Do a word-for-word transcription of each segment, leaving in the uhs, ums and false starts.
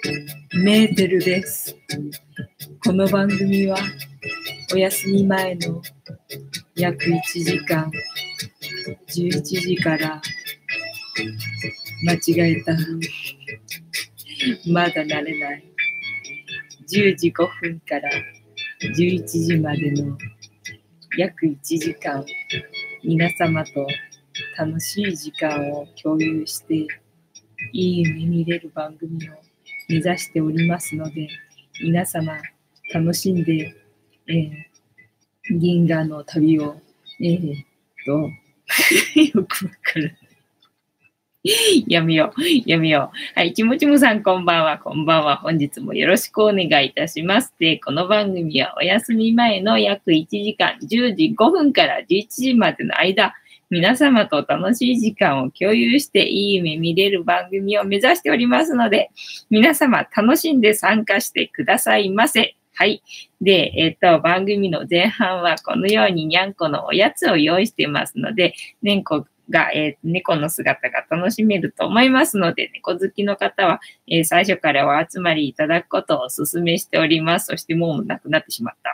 メーテルです。この番組はお休み前の約いちじかん、じゅういちじから間違えた、まだ慣れないじゅうじごふんからじゅういちじまでの約いちじかん、皆様と楽しい時間を共有していい夢見れる番組を目指しておりますので、皆様楽しんで、えー、銀河の旅を、えー、っとよくわからないやめようやめよう。はい、ちもちもさんこんばんは、こんばんは。本日もよろしくお願いいたします。で、この番組はお休み前の約いちじかん、じゅうじごふんからじゅういちじまでの間、皆様と楽しい時間を共有していい夢見れる番組を目指しておりますので、皆様楽しんで参加してくださいませ。はい。で、えっと、番組の前半はこのようににゃんこのおやつを用意していますので、ねんこが、えー、猫の姿が楽しめると思いますので、猫好きの方は、えー、最初からお集まりいただくことをお勧めしております。そしてもうなくなってしまった。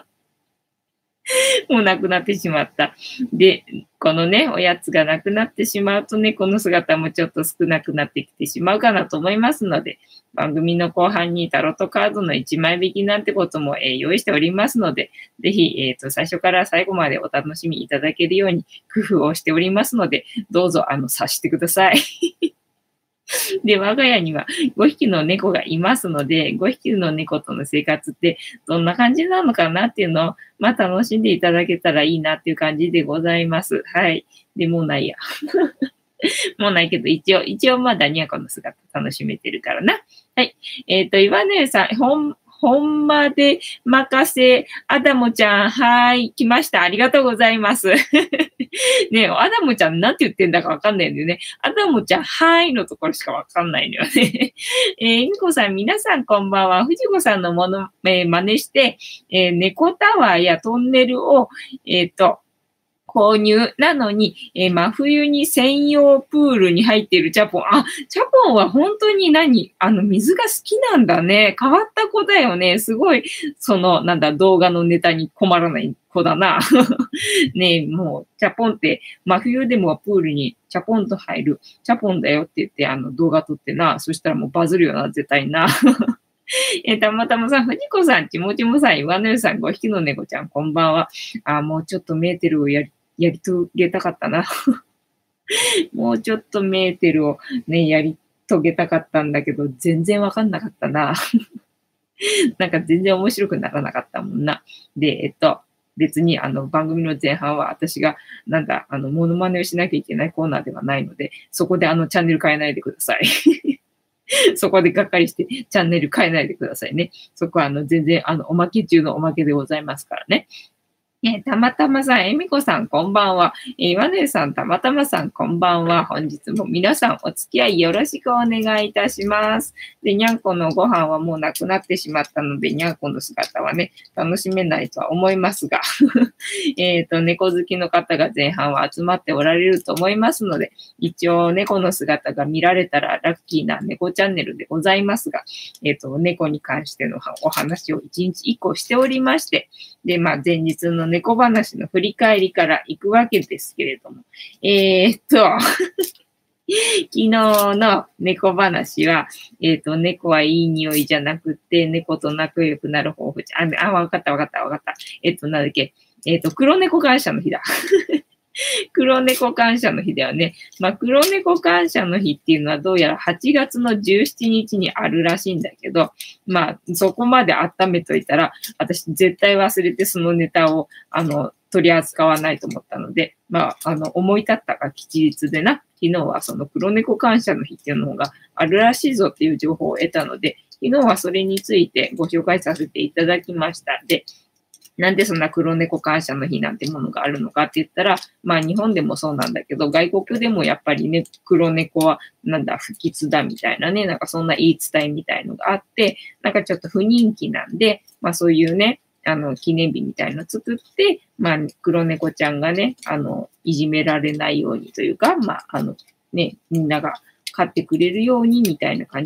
もうなくなってしまった。で、このね、おやつがなくなってしまうとね、この姿もちょっと少なくなってきてしまうかなと思いますので、番組の後半にタロットカードのいちまい引きなんてことも、えー、用意しておりますので、ぜひ、えーと、最初から最後までお楽しみいただけるように工夫をしておりますので、どうぞ、あの、察してください。で、我が家にはごひきの猫がいますので、ごひきの猫との生活ってどんな感じなのかなっていうのを、まあ、楽しんでいただけたらいいなっていう感じでございます。はい。で、もうないや。もうないけど、一応、一応まだニャコの姿楽しめてるからな。はい。えっ、ー、と、岩根さん、ほん、ほんまで任せ、アダモちゃん、はーい、来ました。ありがとうございます。ねえ、アダモちゃんなんて言ってんだかわかんないんだよね。アダモちゃん、はーいのところしかわかんないのよね。えー、インコさん、皆さんこんばんは。藤子さんのもの、えー、真似して、えー、猫タワーやトンネルを、えっ、ー、と、購入なのに、えー、真冬に専用プールに入っているチャポン。あ、チャポンは本当に何あの、水が好きなんだね。変わった子だよね。すごい、その、なんだ、動画のネタに困らない子だな。ねえ、もう、チャポンって、真冬でもプールにチャポンと入る。チャポンだよって言って、あの、動画撮ってな。そしたらもうバズるよな、絶対な。えー、たまたまさん、藤子さん、ちもちもさん、岩根さん、ごひきの猫ちゃん、こんばんは。あ、もうちょっとメーテルをやり、やり遂げたかったな。もうちょっとメーテルをね、やり遂げたかったんだけど、全然わかんなかったな。なんか全然面白くならなかったもんな。で、えっと、別にあの番組の前半は私がなんだ、あの、モノマネをしなきゃいけないコーナーではないので、そこであのチャンネル変えないでください。そこでがっかりしてチャンネル変えないでくださいね。そこはあの全然あのおまけ中のおまけでございますからね。ね、たまたまさん、えみこさん、こんばんは。えー、岩根さん、たまたまさん、こんばんは。本日も皆さん、お付き合いよろしくお願いいたします。で、にゃんこのご飯はもうなくなってしまったので、にゃんこの姿はね、楽しめないとは思いますが、えっと、猫好きの方が前半は集まっておられると思いますので、一応、猫の姿が見られたらラッキーな猫チャンネルでございますが、えっと、猫に関してのお話をいちにちいっこしておりまして、で、まあ、前日の猫話の振り返りから行くわけですけれども。えー、っと、昨日の猫話は、えー、っと、猫はいい匂いじゃなくて、猫と仲良くなる方法じゃ、あ、あ、わかったわかったわかった。えー、っと、なんだっけ。えー、っと、黒猫感謝の日だ。黒猫感謝の日だよね。まあ、黒猫感謝の日っていうのはどうやらはちがつのじゅうしちにちにあるらしいんだけど、まあ、そこまで温めといたら、私絶対忘れてそのネタを、あの、取り扱わないと思ったので、まあ、あの、思い立ったが吉日でな、昨日はその黒猫感謝の日っていうのがあるらしいぞっていう情報を得たので、昨日はそれについてご紹介させていただきました。で、なんでそんな黒猫感謝の日なんてものがあるのかって言ったら、まあ日本でもそうなんだけど、外国でもやっぱりね、黒猫はなんだ、不吉だみたいなね、なんかそんな言い伝えみたいのがあって、なんかちょっと不人気なんで、まあそういうね、あの、記念日みたいの作って、まあ黒猫ちゃんがね、あの、いじめられないようにというか、まああの、ね、みんなが飼ってくれるようにみたいな感じで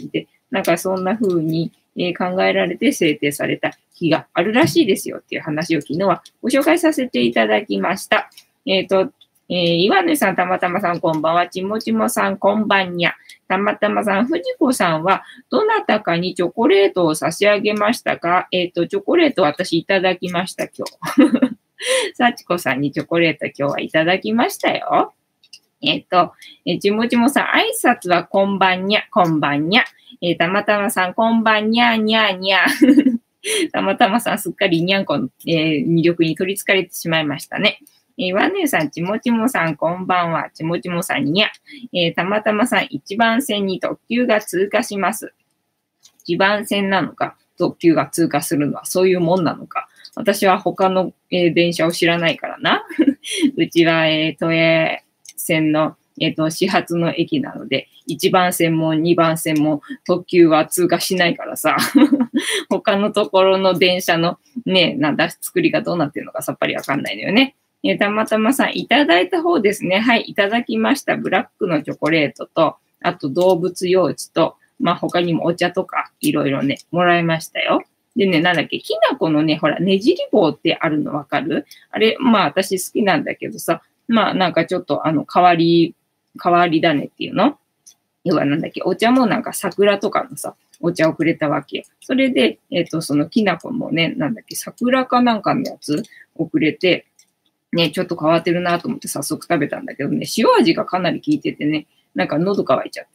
なんかそんな風に、えー考えられて制定された日があるらしいですよっていう話を昨日はご紹介させていただきました。えっ、と、えー、岩根さん、たまたまさん、こんばんは。ちもちもさん、こんばんにゃ。たまたまさん、藤子さんは、どなたかにチョコレートを差し上げましたか？えっ、と、チョコレート私いただきました、今日。幸子さんにチョコレート今日はいただきましたよ。えっ、と、えー、ちもちもさん、挨拶はこんばんにゃ、こんばんにゃ。えー、たまたまさん、こんばんにゃ、にゃ、にゃ。たまたまさん、すっかりにゃんこの、えー魅力に取り憑かれてしまいましたね。えー、ワンネルさん、ちもちもさん、こんばんは。ちもちもさん、にゃ。えーたまたまさん、一番線に特急が通過します。一番線なのか、特急が通過するのはそういうもんなのか。私は他の、えー電車を知らないからな。うちは、えー都営線の、えっと、始発の駅なので、いちばん線もにばん線も特急は通過しないからさ、他のところの電車のね、なんだ、作りがどうなってるのかさっぱりわかんないのよね。えーたまたまさん、いただいた方ですね。はい、いただきました。ブラックのチョコレートと、あと動物用紙と、まあ他にもお茶とかいろいろね、もらいましたよ。でね、なんだっけ、きなこのね、ほら、ねじり棒ってあるのわかる？あれ、まあ私好きなんだけどさ、まあなんかちょっとあの、変わり、変わり種っていうの？要はなんだっけ、お茶もなんか桜とかのさ、お茶をくれたわけよ。それで、えっと、そのきなこもね、なんだっけ、桜かなんかのやつをくれて、ね、ちょっと変わってるなと思って早速食べたんだけどね、塩味がかなり効いててね、なんか喉乾いちゃって。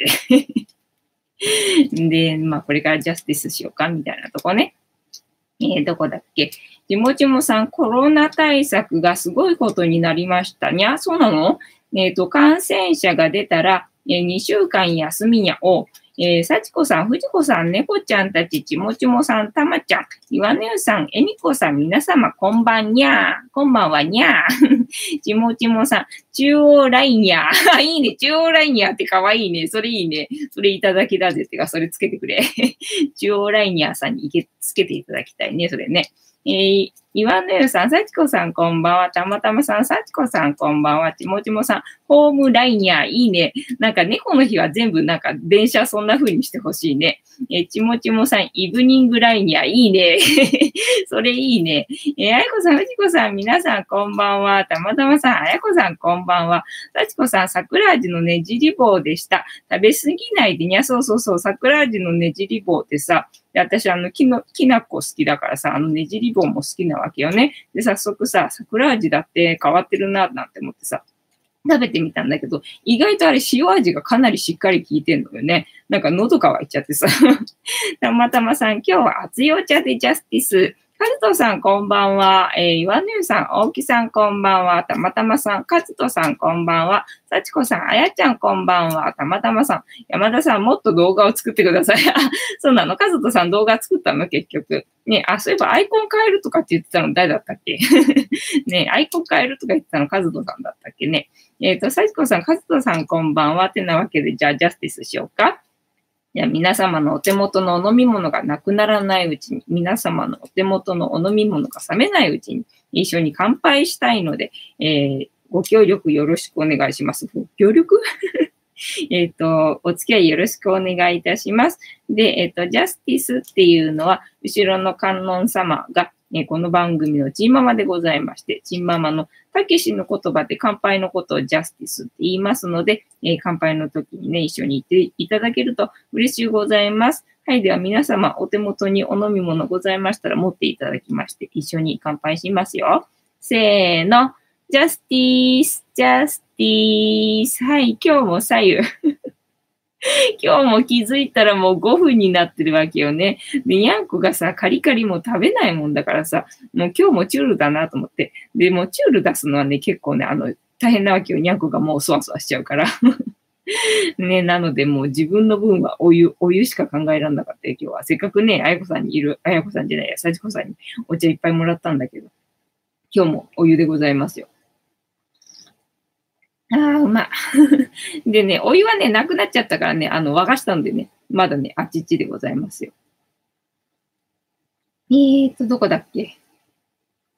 で、まあこれからジャスティスしようかみたいなとこね。えー、どこだっけ？ちもちもさん、コロナ対策がすごいことになりましたにゃ。そうなの？えっと、感染者が出たら、えー、にしゅうかん休みにゃお。えー、幸子さん、藤子さん、猫ちゃんたち、ちもちもさん、たまちゃん、岩根さん、えみこさん、皆様、こんばんにゃー。こんばんはにゃー。ちもちもさん、中央ラインや。いいね、中央ラインやってかわいいね。それいいね。それいただきだぜってか、それつけてくれ。中央ラインヤーさんにいけつけていただきたいね、それね。えー、岩根さん、幸子さん、こんばんは。たまたまさん、幸子さん、こんばんは。ちもちもさん、ホームラインヤー、いいね。なんか猫の日は全部なんか電車そんな風にしてほしいね。えー、ちもちもさん、イブニングラインヤー、いいね。それいいね。えー、あやこさん、藤子さん、皆さん、こんばんは。たまたまさん、あやこさん、こんばんは。幸子さん、桜味のねじり棒でした。食べ過ぎないでにゃ、そうそうそう、桜味のねじり棒ってさ、で私、あの、きの、きなこ好きだからさ、あのねじり棒も好きなわけよね。で、早速さ、桜味だって変わってるな、なんて思ってさ、食べてみたんだけど、意外とあれ塩味がかなりしっかり効いてんのよね。なんか喉乾いちゃってさ。たまたまさん、今日は熱いお茶でジャスティス。カズトさん、こんばんは。えー、岩根さん、大木さん、こんばんは。たまたまさん、カズトさん、こんばんは。幸子さん、あやちゃん、こんばんは。たまたまさん、山田さん、もっと動画を作ってください。あ、そうなの？カズトさん、動画作ったの結局。ね、あ、そういえばアイコン変えるとかって言ってたの誰だったっけ？ね、アイコン変えるとか言ってたのカズトさんだったっけね。えっと、幸子さん、カズトさん、こんばんは。てなわけで、じゃあ、ジャスティスしようか。じゃあ皆様のお手元のお飲み物がなくならないうちに、皆様のお手元のお飲み物が冷めないうちに、一緒に乾杯したいので、えー、ご協力よろしくお願いします。ご協力えっと、お付き合いよろしくお願いいたします。で、えっと、ジャスティスっていうのは、後ろの観音様が、えーこの番組のチンママでございまして、チンママのたけしの言葉で乾杯のことをジャスティスって言いますので、えー乾杯の時にね、一緒に言っていただけると嬉しいございます。はい、では皆様お手元にお飲み物ございましたら持っていただきまして、一緒に乾杯しますよ。せーの。ジャスティス、ジャスティス。はい、今日も左右。今日も気づいたらもうごふんになってるわけよね。で、にゃんこがさ、カリカリも食べないもんだからさ、もう今日もチュールだなと思って。で、もうチュール出すのはね、結構ね、あの、大変なわけよ。にゃんこがもうそわそわしちゃうから。ね、なのでもう自分の分はお湯、お湯しか考えられなかったよ、今日は。せっかくね、あやこさんにいる、あやこさんじゃないや、さちこさんにお茶いっぱいもらったんだけど、今日もお湯でございますよ。ああ、うま。でね、お湯はね、なくなっちゃったからね、あの、沸かしたんでね、まだね、あっちっちでございますよ。えーと、どこだっけ？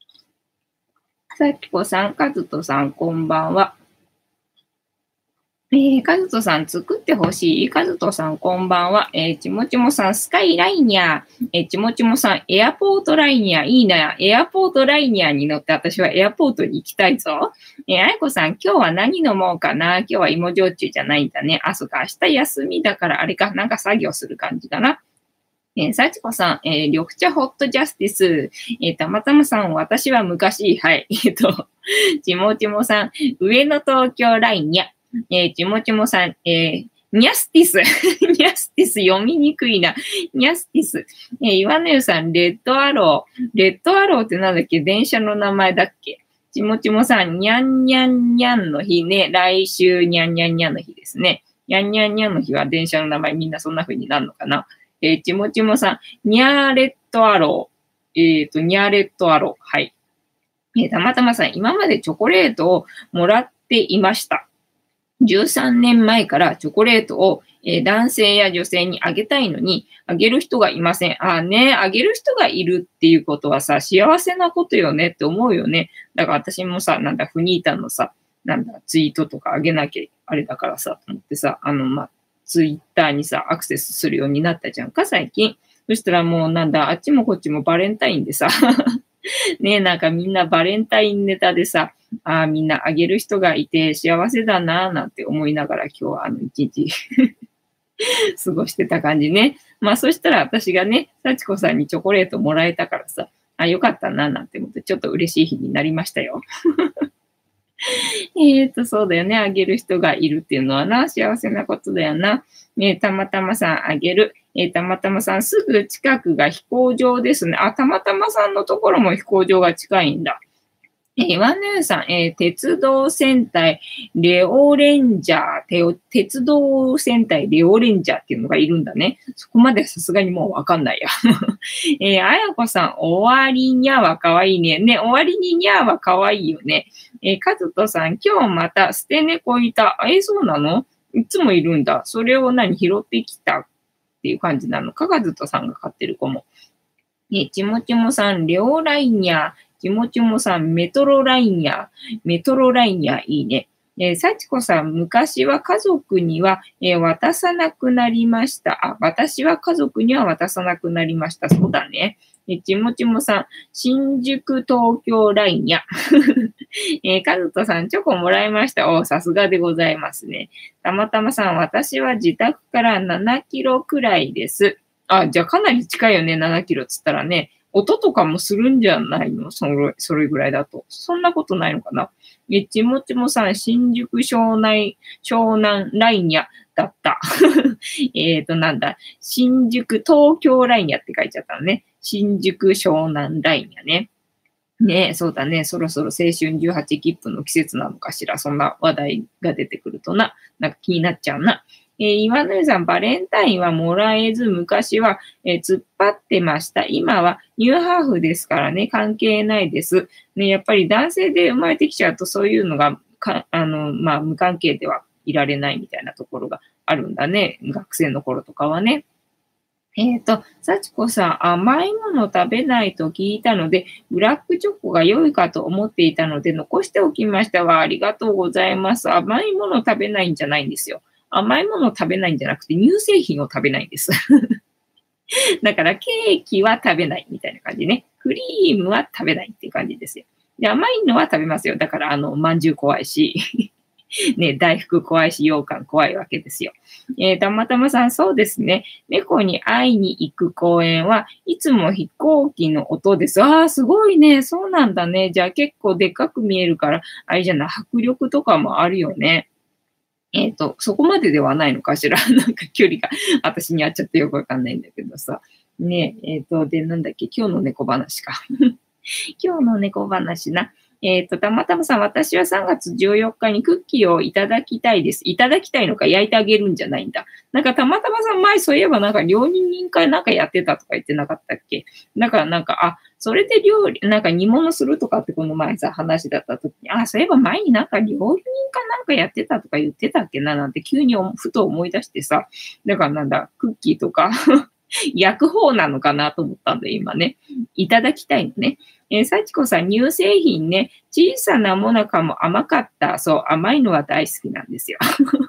さきこさん、かずとさん、こんばんは。 えー、カズトさん、作ってほしい。カズトさん、こんばんは。えー、ちもちもさん、スカイライニャー。えー、ちもちもさん、エアポートライニャー。いいな。エアポートライニャーに乗って、私はエアポートに行きたいぞ。えー、あやこさん、今日は何飲もうかな。今日は芋焼酎じゃないんだね。あ、そっか、明日休みだから、あれか、なんか作業する感じかな。えー、幸子さん、えー、緑茶ホットジャスティス。えー、たまたまさん、私は昔、はい。えっと、ちもちもさん、上野東京ラインや。えー、ちもちもさん、えー、ニャスティス。ニャスティス読みにくいな。ニャスティス。えー、岩根さん、レッドアロー。レッドアローってなんだっけ？電車の名前だっけ？ちもちもさん、にゃんにゃんにゃんの日ね。来週、にゃんにゃんにゃんの日ですね。にゃんにゃんにゃんの日は電車の名前みんなそんな風になるのかな？えー、ちもちもさん、ニャーレットアロー。えっ、ー、と、ニャーレットアロー。はい。えー、たまたまさん、今までチョコレートをもらっていました。じゅうさんねんまえからチョコレートを、えー、男性や女性にあげたいのに、あげる人がいません。ああね、あげる人がいるっていうことはさ、幸せなことよねって思うよね。だから私もさ、なんだ、フニータのさ、なんだ、ツイートとかあげなきゃあれだからさ、と思ってさ、あの、まあ、ツイッターにさ、アクセスするようになったじゃんか、最近。そしたらもうなんだ、あっちもこっちもバレンタインでさ、ねえ、なんかみんなバレンタインネタでさ、ああ、みんなあげる人がいて幸せだなぁなんて思いながら今日はあの一日過ごしてた感じね。まあそしたら私がね、幸子さんにチョコレートもらえたからさ、あ、よかったななんて思ってちょっと嬉しい日になりましたよ。えっと、そうだよね。あげる人がいるっていうのはな、幸せなことだよな。えー、たまたまさんあげる。えー、たまたまさんすぐ近くが飛行場ですね。あ、たまたまさんのところも飛行場が近いんだ。えー、ワンヌーさん、えー、鉄道戦隊レオレンジャー、鉄道戦隊レオレンジャーっていうのがいるんだね。そこまでさすがにもうわかんないや。えー、あやこさん、終わりにゃはかわいいね。ね、終わりににゃはかわいいよね。えー、かずとさん、今日また捨て猫いた。えー、そうなの？いつもいるんだ。それを何拾ってきたっていう感じなのか、かずとさんが飼ってる子も。ね、ちもちもさん、レオライニャー。ちもちもさん、メトロライニャー。メトロライニャー、いいね。えー、幸子さん、昔は家族には、えー、渡さなくなりました。あ、私は家族には渡さなくなりました。そうだね。えー、ちもちもさん、新宿東京ラインや。えー、かずとさん、チョコもらいました。お、さすがでございますね。たまたまさん、私は自宅からななキロくらいです。あ、じゃあかなり近いよね、ななキロっつったらね。音とかもするんじゃないの？それ、それぐらいだと。そんなことないのかな？え、ちもちもさん、新宿湘南、湘南ラインやだった。えっと、なんだ。新宿東京ラインやって書いちゃったのね。新宿湘南ラインやね。ねえ、そうだね。そろそろ青春じゅうはち切符の季節なのかしら。そんな話題が出てくるとな。なんか気になっちゃうな。えー、岩根さん、バレンタインはもらえず、昔は、えー、突っ張ってました。今はニューハーフですからね、関係ないです。ね、やっぱり男性で生まれてきちゃうと、そういうのが、かあの、まあ、無関係ではいられないみたいなところがあるんだね。学生の頃とかはね。えっと、幸子さん、甘いもの食べないと聞いたので、ブラックチョコが良いかと思っていたので、残しておきましたが、ありがとうございます。甘いもの食べないんじゃないんですよ。甘いもの食べないんじゃなくて、乳製品を食べないんです。だから、ケーキは食べないみたいな感じね。クリームは食べないっていう感じですよ。で、甘いのは食べますよ。だから、あの、まんじゅう怖いし。ね、大福怖いし、羊羹怖いわけですよ。えー、たまたまさん、そうですね。猫に会いに行く公園はいつも飛行機の音です。ああ、すごいね。そうなんだね。じゃあ結構でっかく見えるから、あれじゃない、迫力とかもあるよね。えっと、そこまでではないのかしら。なんか距離が私に合っちゃってよくわかんないんだけどさ。ねえ、えっと、で、なんだっけ、今日の猫話か。今日の猫話な。えっ、と、たまたまさん、私はさんがつじゅうよっかにクッキーをいただきたいです。いただきたいのか焼いてあげるんじゃないんだ。なんかたまたまさん前そういえばなんか料理人会なんかやってたとか言ってなかったっけ？だからなんか、あ、それで料理、なんか煮物するとかってこの前さ話だった時に、あ、そういえば前になんか料理人かなんかやってたとか言ってたっけななんて急にふと思い出してさ、だからなんだ、クッキーとか焼く方なのかなと思ったんで今ね。いただきたいのね。えー、幸子さん、乳製品ね、小さなもなかも甘かった。そう、甘いのは大好きなんですよ。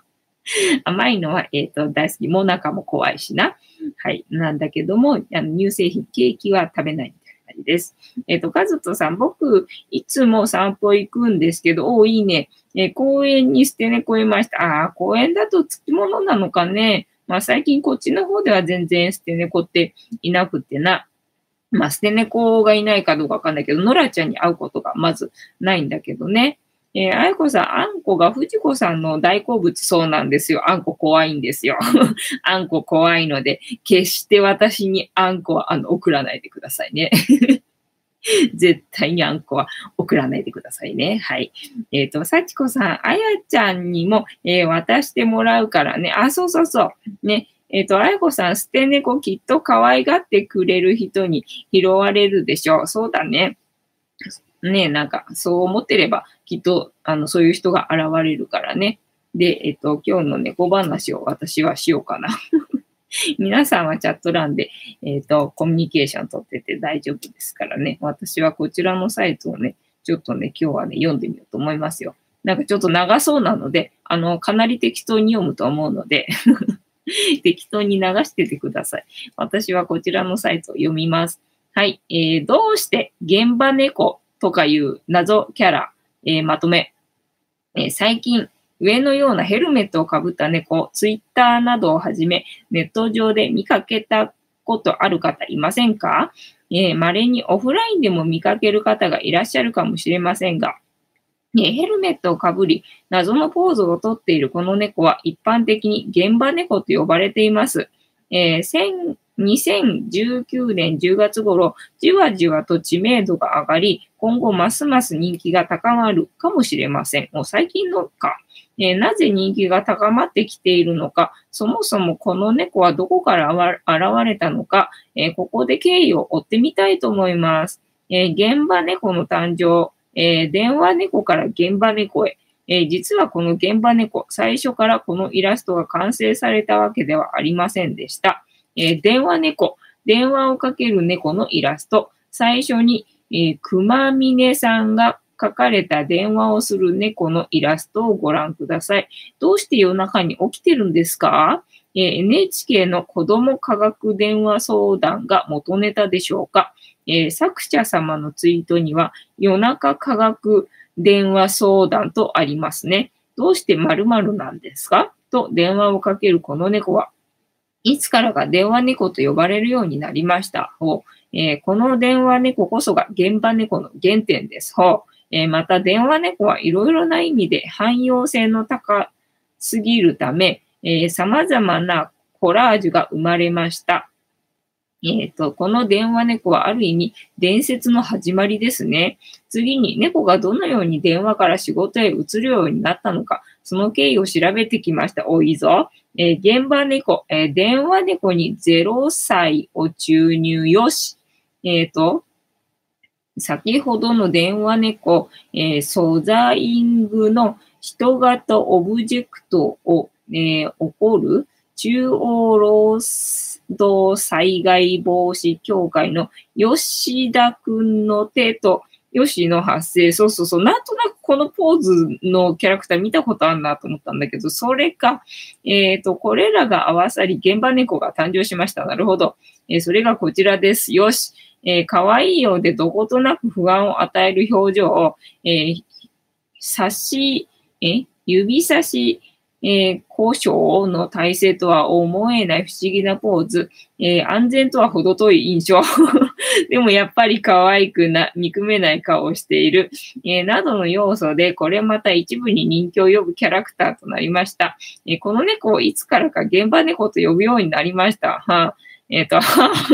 甘いのは、えっと、大好き。もなかも怖いしな。はい。なんだけども、あの乳製品、ケーキは食べないみたいな感じです。えっと、カズトさん、僕、いつも散歩行くんですけど、おー、いいね。えー公園に捨て猫いました。ああ、公園だとつきものなのかね。まあ、最近こっちの方では全然捨て猫っていなくてな。まあ、捨て猫がいないかどうかわかんないけど、ノラちゃんに会うことがまずないんだけどね。えー、あやこさん、あんこが藤子さんの大好物そうなんですよ。あんこ怖いんですよ。あんこ怖いので、決して私にあんこはあの送らないでくださいね。絶対にあんこは送らないでくださいね。はい。えっ、と、幸子さん、あやちゃんにも、えー渡してもらうからね。あ、そうそうそう。ね。えっ、と、あやこさん、捨て猫きっと可愛がってくれる人に拾われるでしょう。そうだね。ね、なんか、そう思ってれば、きっと、あの、そういう人が現れるからね。で、えっ、と、今日の猫話を私はしようかな。皆さんはチャット欄で、えっ、と、コミュニケーション取ってて大丈夫ですからね。私はこちらのサイトをね、ちょっとね、今日はね、読んでみようと思いますよ。なんかちょっと長そうなので、あの、かなり適当に読むと思うので、適当に流しててください。私はこちらのサイトを読みます。はい。えー、どうして現場猫とかいう謎キャラ、えーまとめ。えー最近、上のようなヘルメットをかぶった猫、ツイッターなどをはじめ、ネット上で見かけたことある方いませんか？えー、稀にオフラインでも見かける方がいらっしゃるかもしれませんが、えーヘルメットをかぶり、謎のポーズをとっているこの猫は一般的に現場猫と呼ばれています。えーにせんじゅうきゅうねんじゅうがつ頃、じわじわと知名度が上がり、今後ますます人気が高まるかもしれません。もう最近のか。えーなぜ人気が高まってきているのか、そもそもこの猫はどこから現れたのか、えーここで経緯を追ってみたいと思います。えー現場猫の誕生、えー電話猫から現場猫へ。えー実はこの現場猫、最初からこのイラストが完成されたわけではありませんでした。えー電話猫、電話をかける猫のイラスト。最初に、えー、熊峰さんが書かれた電話をする猫のイラストをご覧ください。どうして夜中に起きてるんですか？えー エヌエイチケー の子供科学電話相談が元ネタでしょうか？えー作者様のツイートには夜中科学電話相談とありますね。どうして〇〇なんですか？と電話をかけるこの猫はいつからか電話猫と呼ばれるようになりました。ほうえーこの電話猫こそが現場猫の原点です。ほうえーまた電話猫はいろいろな意味で汎用性の高すぎるため、えー様々なコラージュが生まれました。えっと、この電話猫はある意味伝説の始まりですね。次に猫がどのように電話から仕事へ移るようになったのか、その経緯を調べてきました。おいいぞ。えー現場猫、えー電話猫にゼロさいを注入よし。えっと、先ほどの電話猫、えーソザイングの人型オブジェクトを、えー起こる中央労働災害防止協会の吉田くんの手と吉の発生。そうそうそう。なんとなくこのポーズのキャラクター見たことあるなと思ったんだけど、それか、えっと、これらが合わさり現場猫が誕生しました。なるほど。えーそれがこちらです。よし。えー、可愛いようでどことなく不安を与える表情を、えー、差し、え、指差し、えー、交渉の体勢とは思えない不思議なポーズ、えー安全とは程遠い印象。でもやっぱり可愛くな、憎めない顔をしている、えーなどの要素で、これまた一部に人気を呼ぶキャラクターとなりました。えーこの猫をいつからか現場猫と呼ぶようになりました。はあ、えっ、と、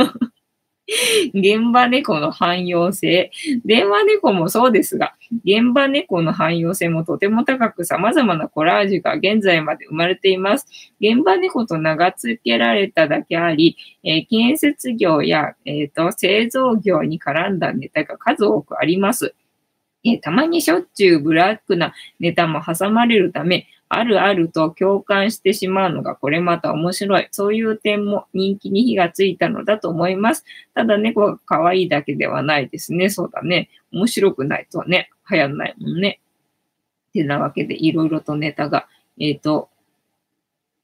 現場猫の汎用性。電話猫もそうですが、現場猫の汎用性もとても高く様々なコラージュが現在まで生まれています。現場猫と名が付けられただけあり、えー建設業や、えーと製造業に絡んだネタが数多くあります。えーたまにしょっちゅうブラックなネタも挟まれるため、あるあると共感してしまうのがこれまた面白い。そういう点も人気に火がついたのだと思います。ただ猫が可愛いだけではないですね。そうだね。面白くないとね、流行んないもんね。てなわけでいろいろとネタが、えっ、と、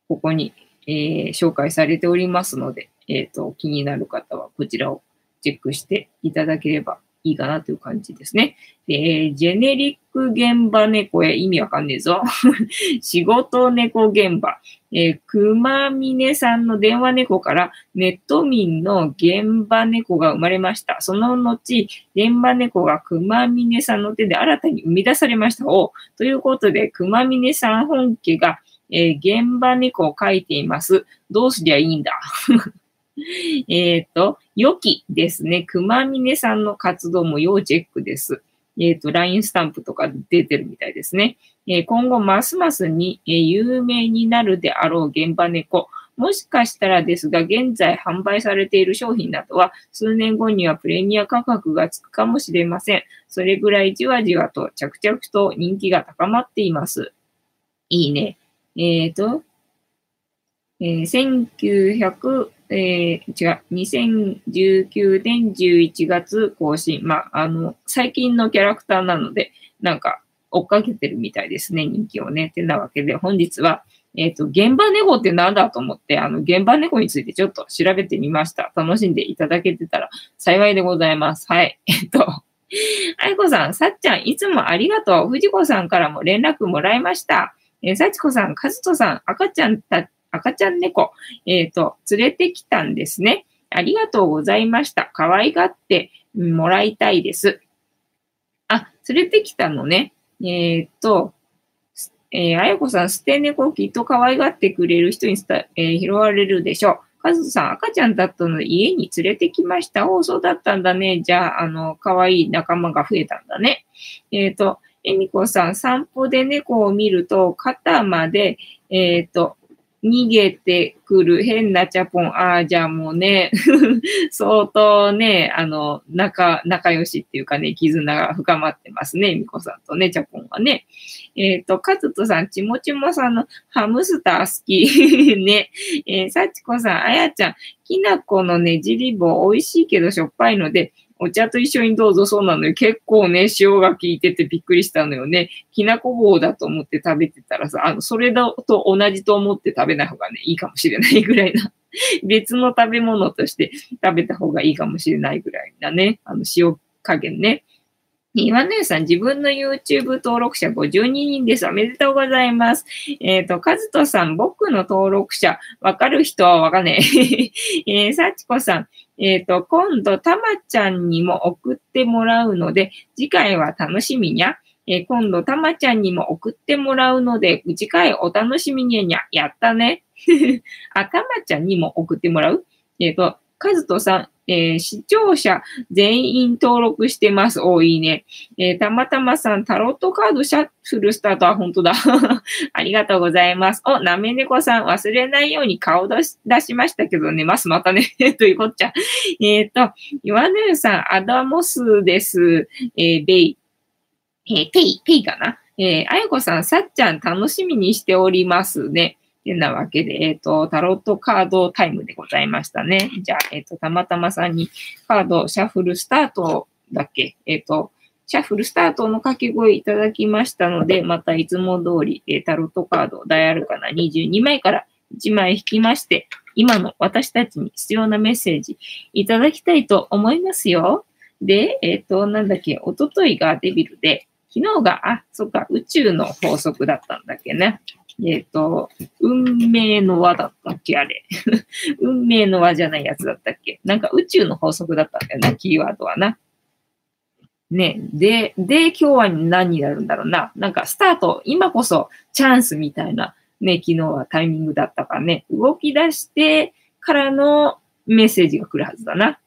ここに、えー紹介されておりますので、えっと、気になる方はこちらをチェックしていただければいいかなという感じですね。で、えージェネリック現場猫へ意味わかんねえぞ。仕事猫現場。えー、熊峰さんの電話猫からネット民の現場猫が生まれました。その後、現場猫が熊峰さんの手で新たに生み出されました。おということで、熊峰さん本家が、えー現場猫を描いています。どうすりゃいいんだ。えっと、良きですね。熊峰さんの活動も要チェックです。えっと、ライン スタンプとか出てるみたいですね。えー今後ますますに、えー有名になるであろう現場猫。もしかしたらですが、現在販売されている商品などは、数年後にはプレミア価格がつくかもしれません。それぐらいじわじわと着々と人気が高まっています。いいね。えっと、えーせんきゅうひゃく、えー違う、にせんじゅうきゅうねんじゅういちがつ更新。まあ、あの、最近のキャラクターなので、なんか、追っかけてるみたいですね、人気をね。てなわけで、本日は、えっと、現場猫ってなんだと思って、あの、現場猫についてちょっと調べてみました。楽しんでいただけてたら幸いでございます。はい。えっと、あいこさん、さっちゃん、いつもありがとう。藤子さんからも連絡もらいました。えー、さちこさん、かずとさん、赤ちゃんた、赤ちゃん猫、えっと、連れてきたんですね。ありがとうございました。可愛がってもらいたいです。あ、連れてきたのね。えっと、えー、あやこさん、捨て猫きっと可愛がってくれる人にした、えー拾われるでしょう。かずさん、赤ちゃんだったので家に連れてきました。おー、そうだったんだね。じゃあ、あの、可愛い仲間が増えたんだね。えっと、えみこさん、散歩で猫を見ると、肩まで、えっと、逃げてくる変なチャポン。ああ、じゃあもうね、相当ね、あの、仲、仲良しっていうかね、絆が深まってますね。えみこさんとね、チャポンはね。えっと、カズトさん、ちもちもさんのハムスター好き。ね。えー、さちこさん、あやちゃん、きなこのねじり棒美味しいけどしょっぱいので、お茶と一緒にどうぞ。そうなのよ。結構ね、塩が効いててびっくりしたのよね。きなこ棒だと思って食べてたらさ、あの、それだと同じと思って食べない方がね、いいかもしれないぐらいな。別の食べ物として食べた方がいいかもしれないぐらいなね。あの、塩加減ね。岩根さん、自分の YouTube 登録者ごじゅうににんです。おめでとうございます。えっ、と、カズトさん、僕の登録者、わかる人はわかんねえ。えー、さちこさん、えっ、と、今度、たまちゃんにも送ってもらうので、次回は楽しみにゃ。えー今度、たまちゃんにも送ってもらうので、次回お楽しみにゃ。やったね。あ、たまちゃんにも送ってもらうえっ、と、カズトさん、えー視聴者全員登録してます。お、いいね。えーたまたまさん、タロットカードシャッフルスタートは本当だ。ありがとうございます。お、なめねこさん、忘れないように顔出し出しましたけどね、ますまたね。というこっちゃ。えっ、と、岩根さん、アダモスです。えーベイ、えーペイ、ペイかな。えーあやこさん、さっちゃん、楽しみにしておりますね。てなわけで、えっ、と、タロットカードタイムでございましたね。じゃあ、えっ、と、たまたまさんにカードシャッフルスタートだっけえっ、と、シャッフルスタートの掛け声いただきましたので、またいつも通り、えータロットカード、ダイアルかなにじゅうにまいからいちまい引きまして、今の私たちに必要なメッセージいただきたいと思いますよ。で、えっ、と、なんだっけ、おとといがデビルで、昨日が、あ、そっか、宇宙の法則だったんだっけね。えっ、と、運命の輪だったっけ、あれ。運命の輪じゃないやつだったっけ。なんか宇宙の法則だったんだよな、キーワードはな。ね。で、で、今日は何になるんだろうな。なんかスタート、今こそチャンスみたいな、ね、昨日はタイミングだったからね。動き出してからのメッセージが来るはずだな。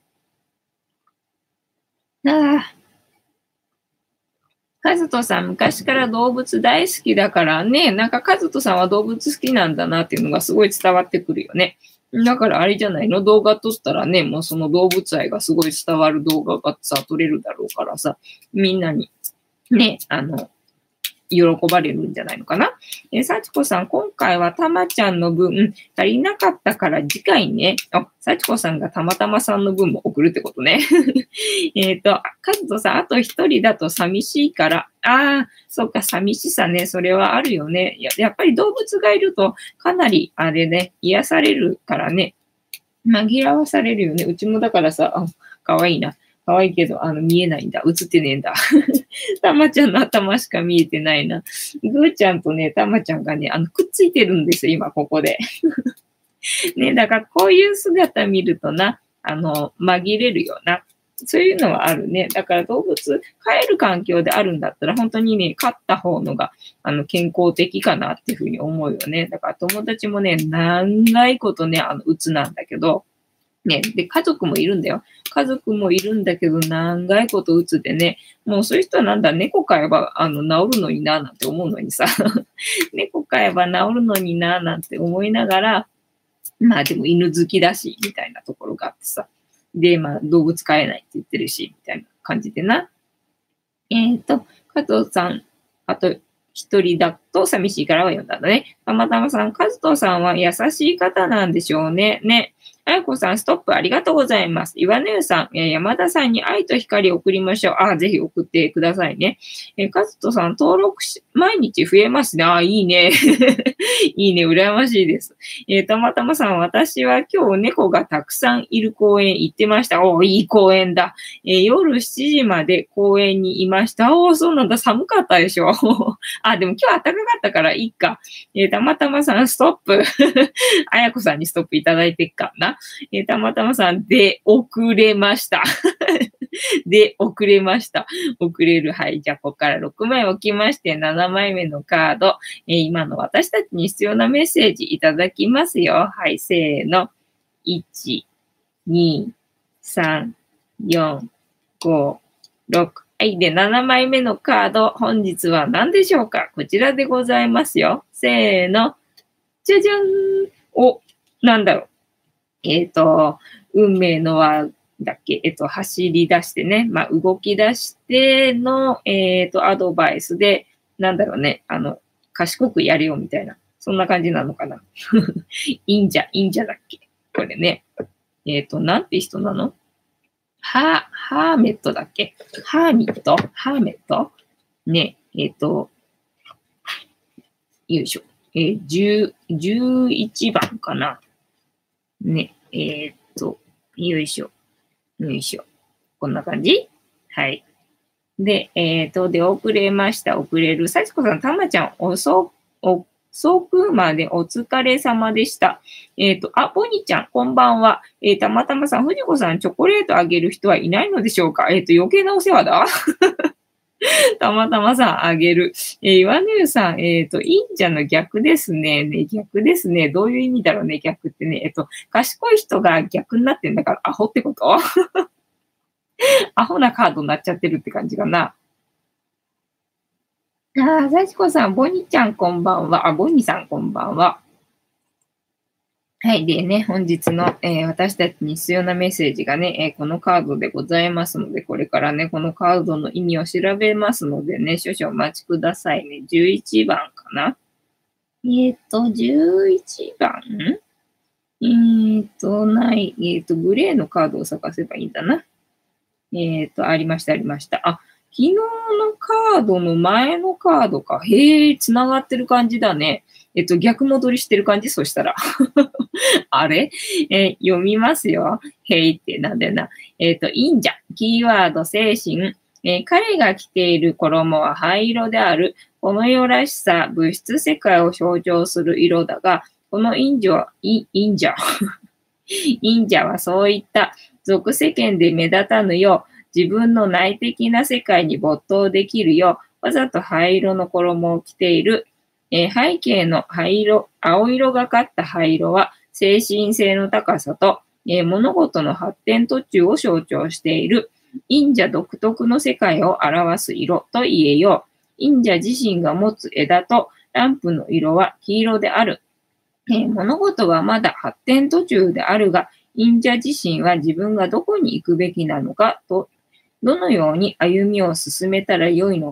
ああ。カズトさん、昔から動物大好きだからね、なんかカズトさんは動物好きなんだなっていうのがすごい伝わってくるよね。だからあれじゃないの動画撮ったらね、もうその動物愛がすごい伝わる動画がさ、撮れるだろうからさ、みんなにね、あの、 喜ばれるんじゃないのかな。えー、幸子さん、今回はたまちゃんの分足りなかったから次回ね。あ、幸子さんがたまたまさんの分も送るってことね。えっと、かずとさん、あと一人だと寂しいから。ああ、そうか、寂しさね。それはあるよね。や、やっぱり動物がいるとかなりあれね、癒されるからね。紛らわされるよね。うちもだからさ、あ、かわいいな。かわいいけど、あの、見えないんだ。映ってねえんだ。たまちゃんの頭しか見えてないな。ぐーちゃんとね、たまちゃんがね、あの、くっついてるんですよ、今、ここで。ね、だからこういう姿見るとな、あの、紛れるよな。そういうのはあるね。だから動物、飼える環境であるんだったら、本当にね、飼った方のが、あの、健康的かなっていうふうに思うよね。だから友達もね、長いことね、あの、鬱なんだけど、ね、で、家族もいるんだよ。家族もいるんだけど、長いこと鬱でね、もうそういう人はなんだ、猫飼えば、あの、治るのにな、なんて思うのにさ、猫飼えば治るのにな、なんて思いながら、まあでも犬好きだし、みたいなところがあってさ、で、まあ動物飼えないって言ってるし、みたいな感じでな。えっと、加藤さん、あと一人だと寂しいからは読んだんだね。たまたまさん、加藤さんは優しい方なんでしょうね。ね。あやこさん、ストップありがとうございます。岩根さん、えー、山田さんに愛と光を送りましょう。あ、ぜひ送ってくださいね。えー、カズトさん、登録し、毎日増えますね。あ、いいね。いいね。羨ましいです。えー、たまたまさん、私は今日猫がたくさんいる公園行ってました。お、いい公園だ。えー、夜しちじまで公園にいました。お、そうなんだ。寒かったでしょ。あ、でも今日暖かかったからいいか。えー、たまたまさん、ストップ。あやこさんにストップいただいてっかな。えー、たまたまさん、で、遅れました。で、遅れました。遅れる。はい。じゃあ、ここからろくまい置きまして、ななまいめのカード。えー、今の私たちに必要なメッセージいただきますよ。はい。せーの。いち、に、さん、よん、ご、ろく。はい。で、ななまいめのカード。本日は何でしょうか？こちらでございますよ。せーの。じゃじゃん。お、なんだろう。えっと、運命の輪だっけ、えっと、走り出してね、まあ、動き出しての、えっと、アドバイスで、なんだろうね、あの、賢くやれよみたいな、そんな感じなのかな。忍者、忍者だっけこれね。えっと、なんて人なの？ハー、ハーメットだっけ？ハーミット？ハーメットね、えっと、よいしょ。えー、じゅう、じゅういちばんかな。ね、えー、っと、よいしょ、よいしょ。こんな感じ？はい。で、えー、っと、で、遅れました、遅れる。幸子さん、たまちゃん、遅、遅くまでお疲れ様でした。えー、っと、あ、ボニーちゃん、こんばんは。えー、たまたまさん、藤子さん、チョコレートあげる人はいないのでしょうか？えー、っと、余計なお世話だ。たまたまさんあげる。えー、岩根さん、えっ、ー、と、忍者の逆ですね。ね、逆ですね。どういう意味だろうね、逆ってね。えっ、ー、と、賢い人が逆になってんだから、アホってことアホなカードになっちゃってるって感じかな。ああ、幸子さん、ボニちゃんこんばんは。あ、ボニさんこんばんは。はい。でね、本日の、えー、私たちに必要なメッセージがね、えー、このカードでございますので、これからね、このカードの意味を調べますのでね、少々お待ちくださいね。じゅういちばんかな。えっ、ー、と、じゅういちばんえっ、ー、と、ない、えっ、ー、と、グレーのカードを探せばいいんだな。えっ、と、ありました、ありました。あ、昨日のカードの前のカードか。へえ、繋がってる感じだね。えっと、逆戻りしてる感じ？そしたら。あれ、えー、読みますよ。へいってなんだよな。えっと、忍者。キーワード、精神。えー、彼が着ている衣は灰色である。この世らしさ、物質世界を象徴する色だが、この忍者は、い、忍者。忍者はそういった俗世間で目立たぬよう、自分の内的な世界に没頭できるよう、わざと灰色の衣を着ている。えー、背景の灰色、青色がかった灰色は、精神性の高さと、えー、物事の発展途中を象徴している。忍者独特の世界を表す色と言えよう。忍者自身が持つ枝とランプの色は黄色である。えー、物事はまだ発展途中であるが、忍者自身は自分がどこに行くべきなのかと、どのように歩みを進めたらよいのか、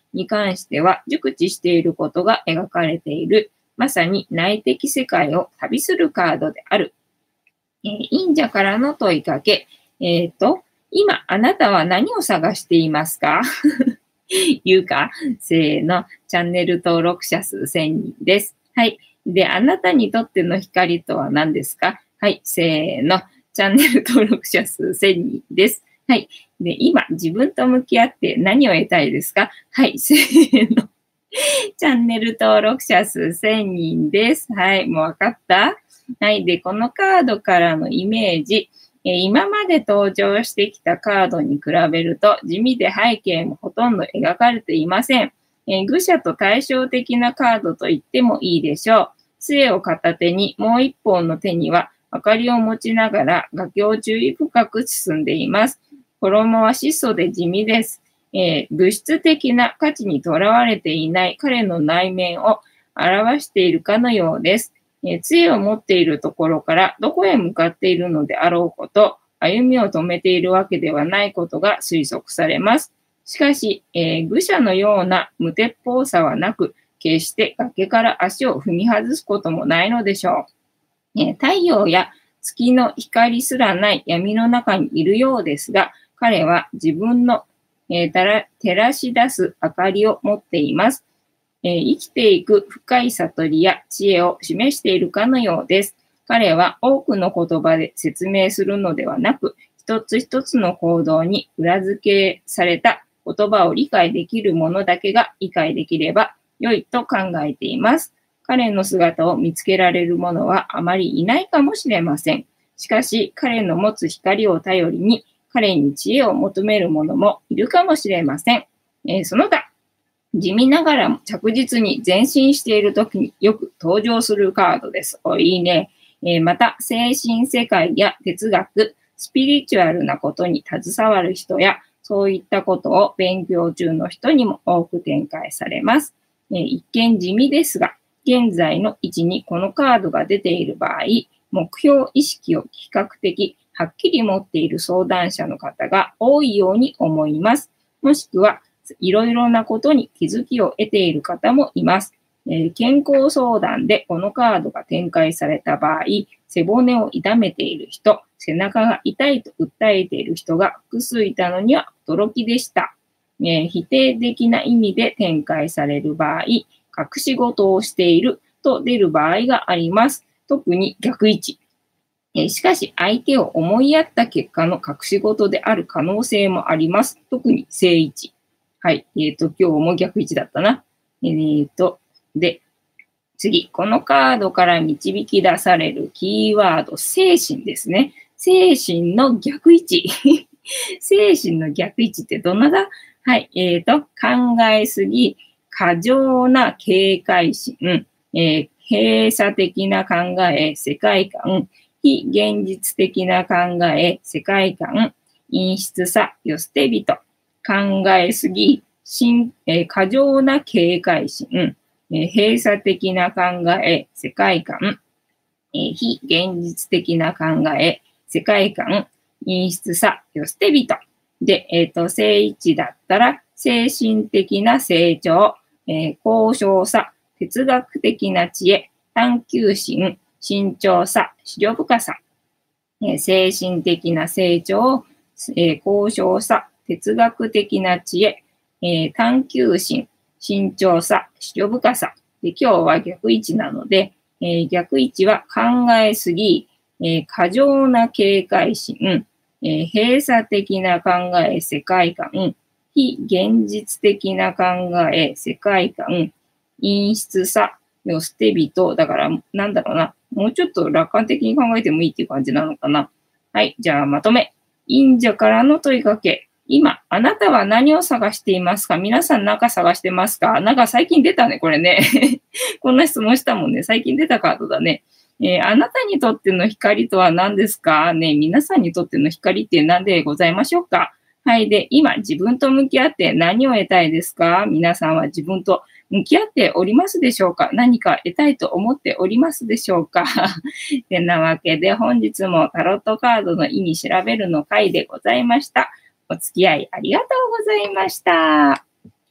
に関しては熟知していることが描かれている、まさに内的世界を旅するカードである。えー、忍者からの問いかけ。えっと、今あなたは何を探していますか言うかせーの。チャンネル登録者数せんにんです。はい。で、あなたにとっての光とは何ですか？はい。せーの。チャンネル登録者数せんにんです。はい。で、今自分と向き合って何を得たいですか？はい。せーの。チャンネル登録者数せんにんです。はい。もうわかった？はい。で、このカードからのイメージ。えー、今まで登場してきたカードに比べると地味で背景もほとんど描かれていません。えー、愚者と対照的なカードと言ってもいいでしょう。杖を片手にもう一本の手には明かりを持ちながら崖を注意深く進んでいます。衣は質素で地味です。えー、物質的な価値にとらわれていない彼の内面を表しているかのようです。えー、杖を持っているところからどこへ向かっているのであろうこと、歩みを止めているわけではないことが推測されます。しかし、えー、愚者のような無鉄砲さはなく、決して崖から足を踏み外すこともないのでしょう。えー、太陽や月の光すらない闇の中にいるようですが、彼は自分の、えー、照らし出す明かりを持っています。えー、生きていく深い悟りや知恵を示しているかのようです。彼は多くの言葉で説明するのではなく、一つ一つの行動に裏付けされた言葉を理解できるものだけが理解できれば良いと考えています。彼の姿を見つけられる者はあまりいないかもしれません。しかし、彼の持つ光を頼りに、彼に知恵を求める者もいるかもしれません。えー、その他、地味ながらも着実に前進しているときによく登場するカードです。お、いいね。えー、また、精神世界や哲学、スピリチュアルなことに携わる人や、そういったことを勉強中の人にも多く展開されます。えー、一見地味ですが、現在の位置にこのカードが出ている場合、目標意識を比較的はっきり持っている相談者の方が多いように思います。もしくは、いろいろなことに気づきを得ている方もいます。えー、健康相談でこのカードが展開された場合、背骨を痛めている人、背中が痛いと訴えている人が複数いたのには驚きでした。えー、否定的な意味で展開される場合、隠し事をしていると出る場合があります。特に逆位置。えー、しかし相手を思いやった結果の隠し事である可能性もあります。特に正位置。はい。えっと、今日も逆位置だったな。えっと、で、次。このカードから導き出されるキーワード、精神ですね。精神の逆位置。精神の逆位置ってどんなだ？はい。えっと、考えすぎ、過剰な警戒心、えー、閉鎖的な考え、世界観、非現実的な考え、世界観、陰湿さ、よ捨て人。考えすぎ、えー、過剰な警戒心、えー、閉鎖的な考え、世界観、えー、非現実的な考え、世界観、陰湿さ、よ捨て人。で、えっと、正位置だったら、精神的な成長、えー、高尚さ、哲学的な知恵、探求心、慎重さ、思慮深さ、えー、精神的な成長、えー、高尚さ、哲学的な知恵、えー、探求心、慎重さ、思慮深さ。で、今日は逆位置なので、えー、逆位置は考えすぎ、えー、過剰な警戒心、えー、閉鎖的な考え、世界観、非現実的な考え、世界観、陰湿さ、よ捨て人。だから、なんだろうな。もうちょっと楽観的に考えてもいいっていう感じなのかな。はい。じゃあ、まとめ。忍者からの問いかけ。今、あなたは何を探していますか？皆さん何か探してますか？なんか最近出たね、これね。こんな質問したもんね。最近出たカードだね。えー、あなたにとっての光とは何ですかね？皆さんにとっての光って何でございましょうか？はい。で、今、自分と向き合って何を得たいですか？皆さんは自分と向き合っておりますでしょうか？何か得たいと思っておりますでしょうか？てなわけで、本日もタロットカードの意味調べるの回でございました。お付き合いありがとうございました。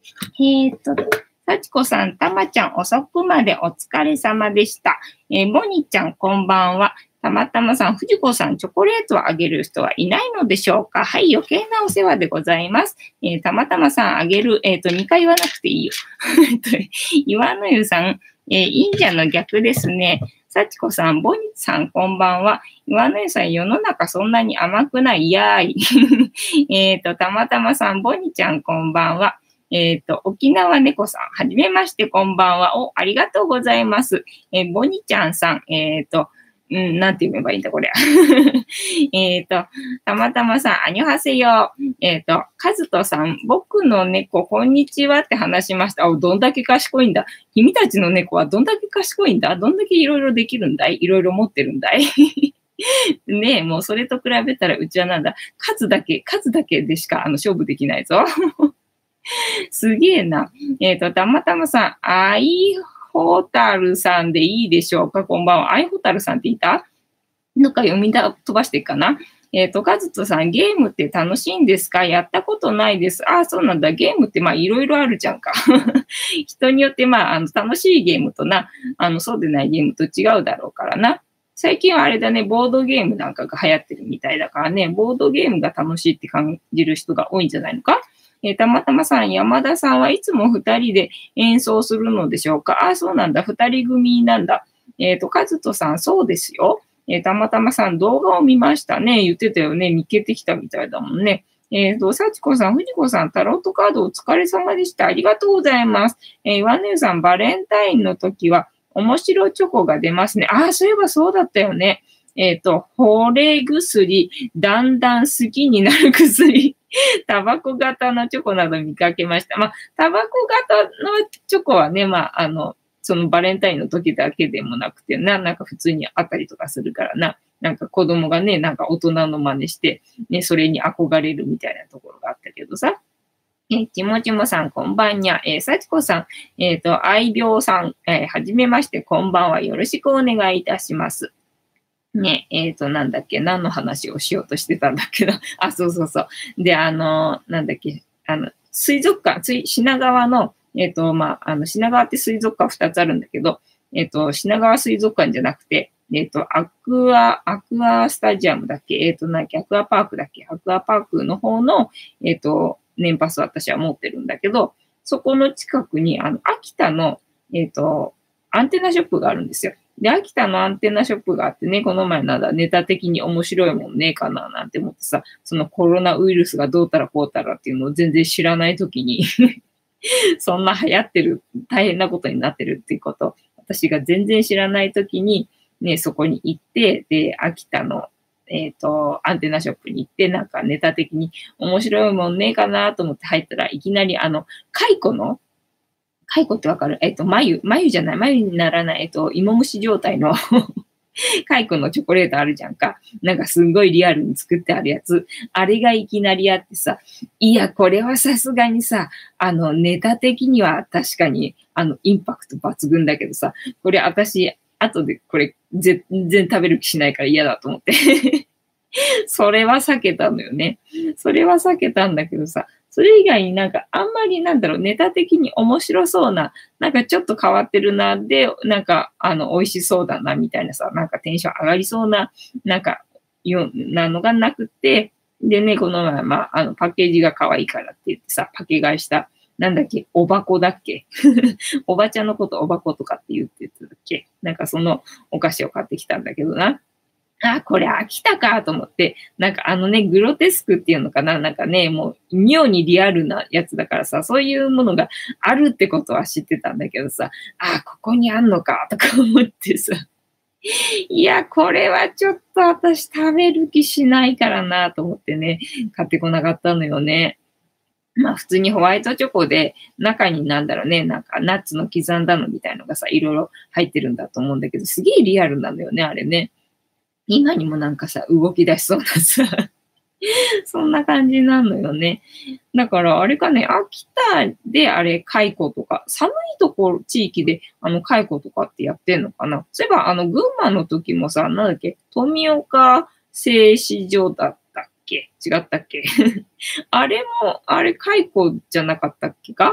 えーっと、幸子さん、たまちゃん、遅くまでお疲れ様でした。えー、ボニーちゃん、こんばんは。たまたまさん、藤子さん、チョコレートをあげる人はいないのでしょうか？はい、余計なお世話でございます。えー、たまたまさん、あげる、えっと、にかい言わなくていいよ。岩の湯さん、えー、忍者の逆ですね。幸子さん、ボニーさん、こんばんは。岩の湯さん、世の中そんなに甘くないやーい。えっと、たまたまさん、ボニーちゃん、こんばんは。えっと、沖縄猫さん、はじめまして、こんばんは。お、ありがとうございます。えー、ボニちゃんさん、えっと、うん、なんて読めばいいんだ、これ。えっと、たまたまさん、あにょはせよ。えっと、かずとさん、僕の猫、こんにちはって話しました。お、どんだけ賢いんだ。君たちの猫はどんだけ賢いんだ。どんだけいろいろできるんだい。いろいろ持ってるんだい。ねえ、もうそれと比べたらうちはなんだ。数だけ、数だけでしかあの勝負できないぞ。すげえな。えっと、たまたまさん、アイホタルさんでいいでしょうか？こんばんは。アイホタルさんっていた？なんか読みだ飛ばしていくかな。えっと、カズトさん、ゲームって楽しいんですか？やったことないです。ああ、そうなんだ。ゲームってまあいろいろあるじゃんか。人によってまあ、あの、楽しいゲームとな、あの、そうでないゲームと違うだろうからな。最近はあれだね、ボードゲームなんかが流行ってるみたいだからね、ボードゲームが楽しいって感じる人が多いんじゃないのか？えー、たまたまさん、山田さんはいつも二人で演奏するのでしょうか？ああ、そうなんだ。二人組なんだ。えっと、カズトさん、そうですよ。えー、たまたまさん、動画を見ましたね。言ってたよね。見っけてきたみたいだもんね。えっと、幸子さん、藤子さん、タロットカードお疲れ様でした。ありがとうございます。えー、岩根さん、バレンタインの時は、面白チョコが出ますね。ああ、そういえばそうだったよね。えっと、惚れ薬、だんだん好きになる薬。タバコ型のチョコなど見かけました。まあ、タバコ型のチョコはね、まあ、あの、そのバレンタインの時だけでもなくてな、なんか普通にあったりとかするからな、なんか子供がね、なんか大人の真似して、ね、それに憧れるみたいなところがあったけどさ。えちもちもさん、こんばんにゃ。えー、さちこさん、えっ、ー、と、愛病さん、えー、はじめまして、こんばんは。よろしくお願いいたします。ね、えっ、ー、と、なんだっけ、何の話をしようとしてたんだっけど、あ、そうそうそう。で、あの、なんだっけ、あの、水族館、水品川の、えっ、ー、と、まあ、あの、品川って水族館ふたつあるんだけど、えっ、ー、と、品川水族館じゃなくて、えっ、と、アクア、アクアスタジアムだっけ、えっ、と、なんかアクアパークだっけ、アクアパークの方の、えっ、と、年パス私は持ってるんだけど、そこの近くに、あの、秋田の、えっ、と、アンテナショップがあるんですよ。で、秋田のアンテナショップがあってね、この前なんだ、ネタ的に面白いもんねえかななんて思ってさ、そのコロナウイルスがどうたらこうたらっていうのを全然知らないときにそんな流行ってる、大変なことになってるっていうこと、私が全然知らないときに、ね、そこに行って、で、秋田の、えっ、ー、と、アンテナショップに行って、なんかネタ的に面白いもんねえかなと思って入ったらいきなりあの、蚕の、蚕ってわかる？えっと、眉、眉じゃない、眉にならない、えっと、芋虫状態の蚕のチョコレートあるじゃんか。なんかすんごいリアルに作ってあるやつ。あれがいきなりあってさ、いや、これはさすがにさ、あの、ネタ的には確かに、あの、インパクト抜群だけどさ、これ私、後でこれ全然食べる気しないから嫌だと思って。それは避けたのよね。それは避けたんだけどさ、それ以外になんかあんまりなんだろう、ネタ的に面白そうな、なんかちょっと変わってるな、で、なんかあの、美味しそうだな、みたいなさ、なんかテンション上がりそうな、なんか、よ、なのがなくて、でね、この前、まあ、あの、パッケージが可愛いからって言ってさ、パケ買いした、なんだっけ、おばこだっけおばちゃんのことおばことかって言ってたっけ、なんかそのお菓子を買ってきたんだけどな。あ、これ飽きたかと思って、なんかあのね、グロテスクっていうのかな、なんかね、もう妙にリアルなやつだからさ、そういうものがあるってことは知ってたんだけどさ、あ、ここにあんのかとか思ってさ、いや、これはちょっと私食べる気しないからなと思ってね、買ってこなかったのよね。まあ普通にホワイトチョコで中になんだろうね、なんかナッツの刻んだのみたいのがさ、いろいろ入ってるんだと思うんだけど、すげえリアルなんだよね、あれね。今にもなんかさ、動き出しそうなさ、そんな感じなのよね。だから、あれかね、秋田であれ、蚕とか、寒いところ、地域で、あの、蚕とかってやってんのかな？そういえば、あの、群馬の時もさ、なんだっけ、富岡製糸場だったっけ？違ったっけ？あれも、あれ、蚕じゃなかったっけか？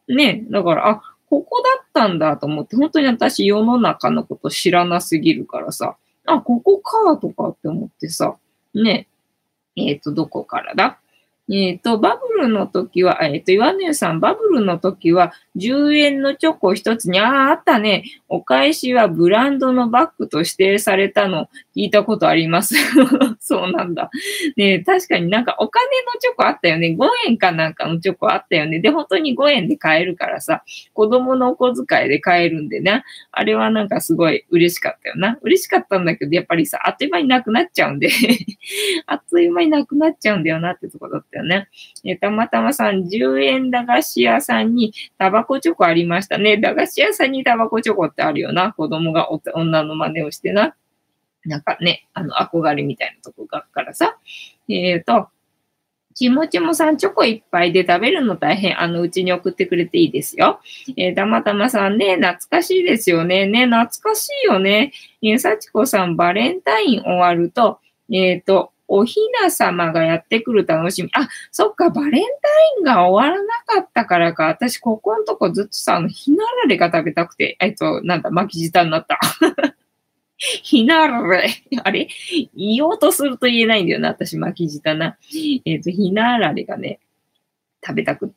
ね、だから、あ、ここだったんだと思って、本当に私世の中のこと知らなすぎるからさ、あ、ここかとかって思ってさ、ね、えっと、どこからだえっと、バブルの時は、えっと、岩根さん、バブルの時は、じゅうえんのチョコ一つに、ああ、あったね。お返しはブランドのバッグと指定されたの、聞いたことあります。そうなんだ。ねえ、確かになんかお金のチョコあったよね。ごえんかなんかのチョコあったよね。で、本当にごえんで買えるからさ、子供のお小遣いで買えるんでね。あれはなんかすごい嬉しかったよな。嬉しかったんだけど、やっぱりさ、あっという間になくなっちゃうんであっという間になくなっちゃうんだよなってとこだったよね。えたまたまさん、じゅうえん駄菓子屋さんにタバコチョコありましたね。駄菓子屋さんにタバコチョコってあるよな。子供がお女の真似をしてな。なんかね、あの、憧れみたいなとこがあるからさ。えっ、ー、と、ちもちもさん、チョコいっぱいで食べるの大変。あの、うちに送ってくれていいですよ。えー、たまたまさんね、懐かしいですよね。ね、懐かしいよね。えー、さちこさん、バレンタイン終わると、えっ、ー、と、おひな様がやってくる楽しみ。あ、そっか、バレンタインが終わらなかったからか。私、ここのとこずっとさ、あの、ひなられが食べたくて、えっと、なんだ、巻き舌になった。ひなられ。あれ言おうとすると言えないんだよな、私、巻き舌な。えっと、ひなられがね、食べたくって。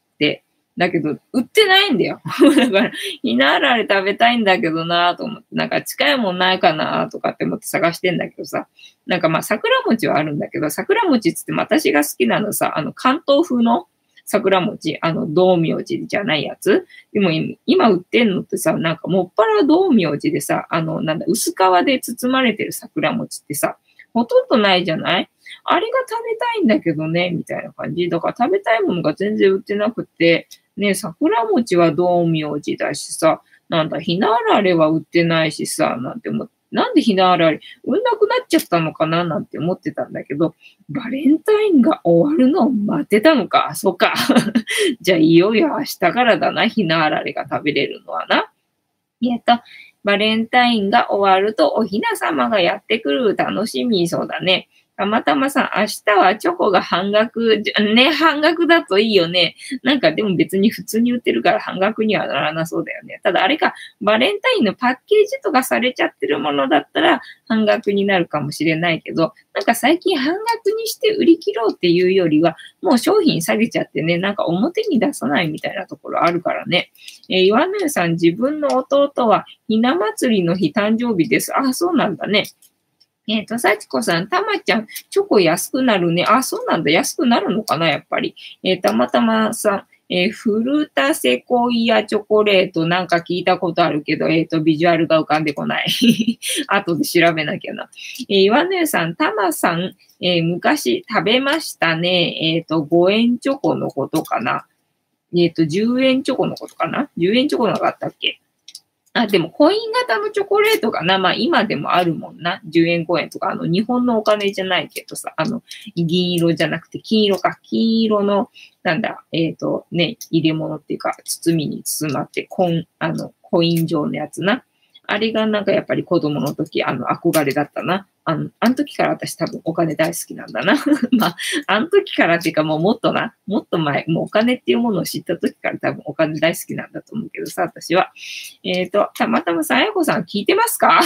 だけど、売ってないんだよ。だから、ひなあられ食べたいんだけどなと思って、なんか近いもんないかなとかって思って探してんだけどさ、なんかまあ桜餅はあるんだけど、桜餅っつって私が好きなのさ、あの関東風の桜餅、あの道明寺じゃないやつ。でも今売ってんのってさ、なんかもっぱら道明寺でさ、あのなんだ、薄皮で包まれてる桜餅ってさ、ほとんどないじゃないあれが食べたいんだけどね、みたいな感じ。だから食べたいものが全然売ってなくて、ね、桜餅は道明寺だしさ、なんだ、ひなあられは売ってないしさ、なんて思って、なんでひなあられ売んなくなっちゃったのかななんて思ってたんだけど、バレンタインが終わるのを待ってたのか。そうか。じゃあいよいよ明日からだな、ひなあられが食べれるのはな。えっと、バレンタインが終わるとおひな様がやってくる楽しみそうだね。たまたまさん、明日はチョコが半額、ね、半額だといいよね。なんかでも別に普通に売ってるから半額にはならなそうだよね。ただあれか、バレンタインのパッケージとかされちゃってるものだったら半額になるかもしれないけど、なんか最近半額にして売り切ろうっていうよりは、もう商品下げちゃってね、なんか表に出さないみたいなところあるからね。えー、岩根さん、自分の弟はひな祭りの日誕生日です。あ、そうなんだね。えっと、幸子さん、たまちゃん、チョコ安くなるね。あ、そうなんだ。安くなるのかな、やっぱり。えー、たまたまさん、えー、フルタセコイアチョコレートなんか聞いたことあるけど、えっと、ビジュアルが浮かんでこない。後で調べなきゃな。えー、岩根さん、たまさん、えー、昔食べましたね。えっと、ごえんチョコのことかな。えっと、じゅうえんチョコのことかな。じゅうえんチョコなかったっけあ、でもコイン型のチョコレートがな、まあ今でもあるもんな。じゅうえんコインとか、あの日本のお金じゃないけどさ、あの銀色じゃなくて金色か。金色の、なんだ、えっとね、入れ物っていうか、包みに包まって、コン、あの、コイン状のやつな。あれがなんかやっぱり子供の時、あの、憧れだったな。あの、あの時から私多分お金大好きなんだな。まあ、あの時からっていうかもうもっとな、もっと前、もうお金っていうものを知った時から多分お金大好きなんだと思うけどさ、私は。えっ、ー、と、たまたまさん、あやこさん聞いてますか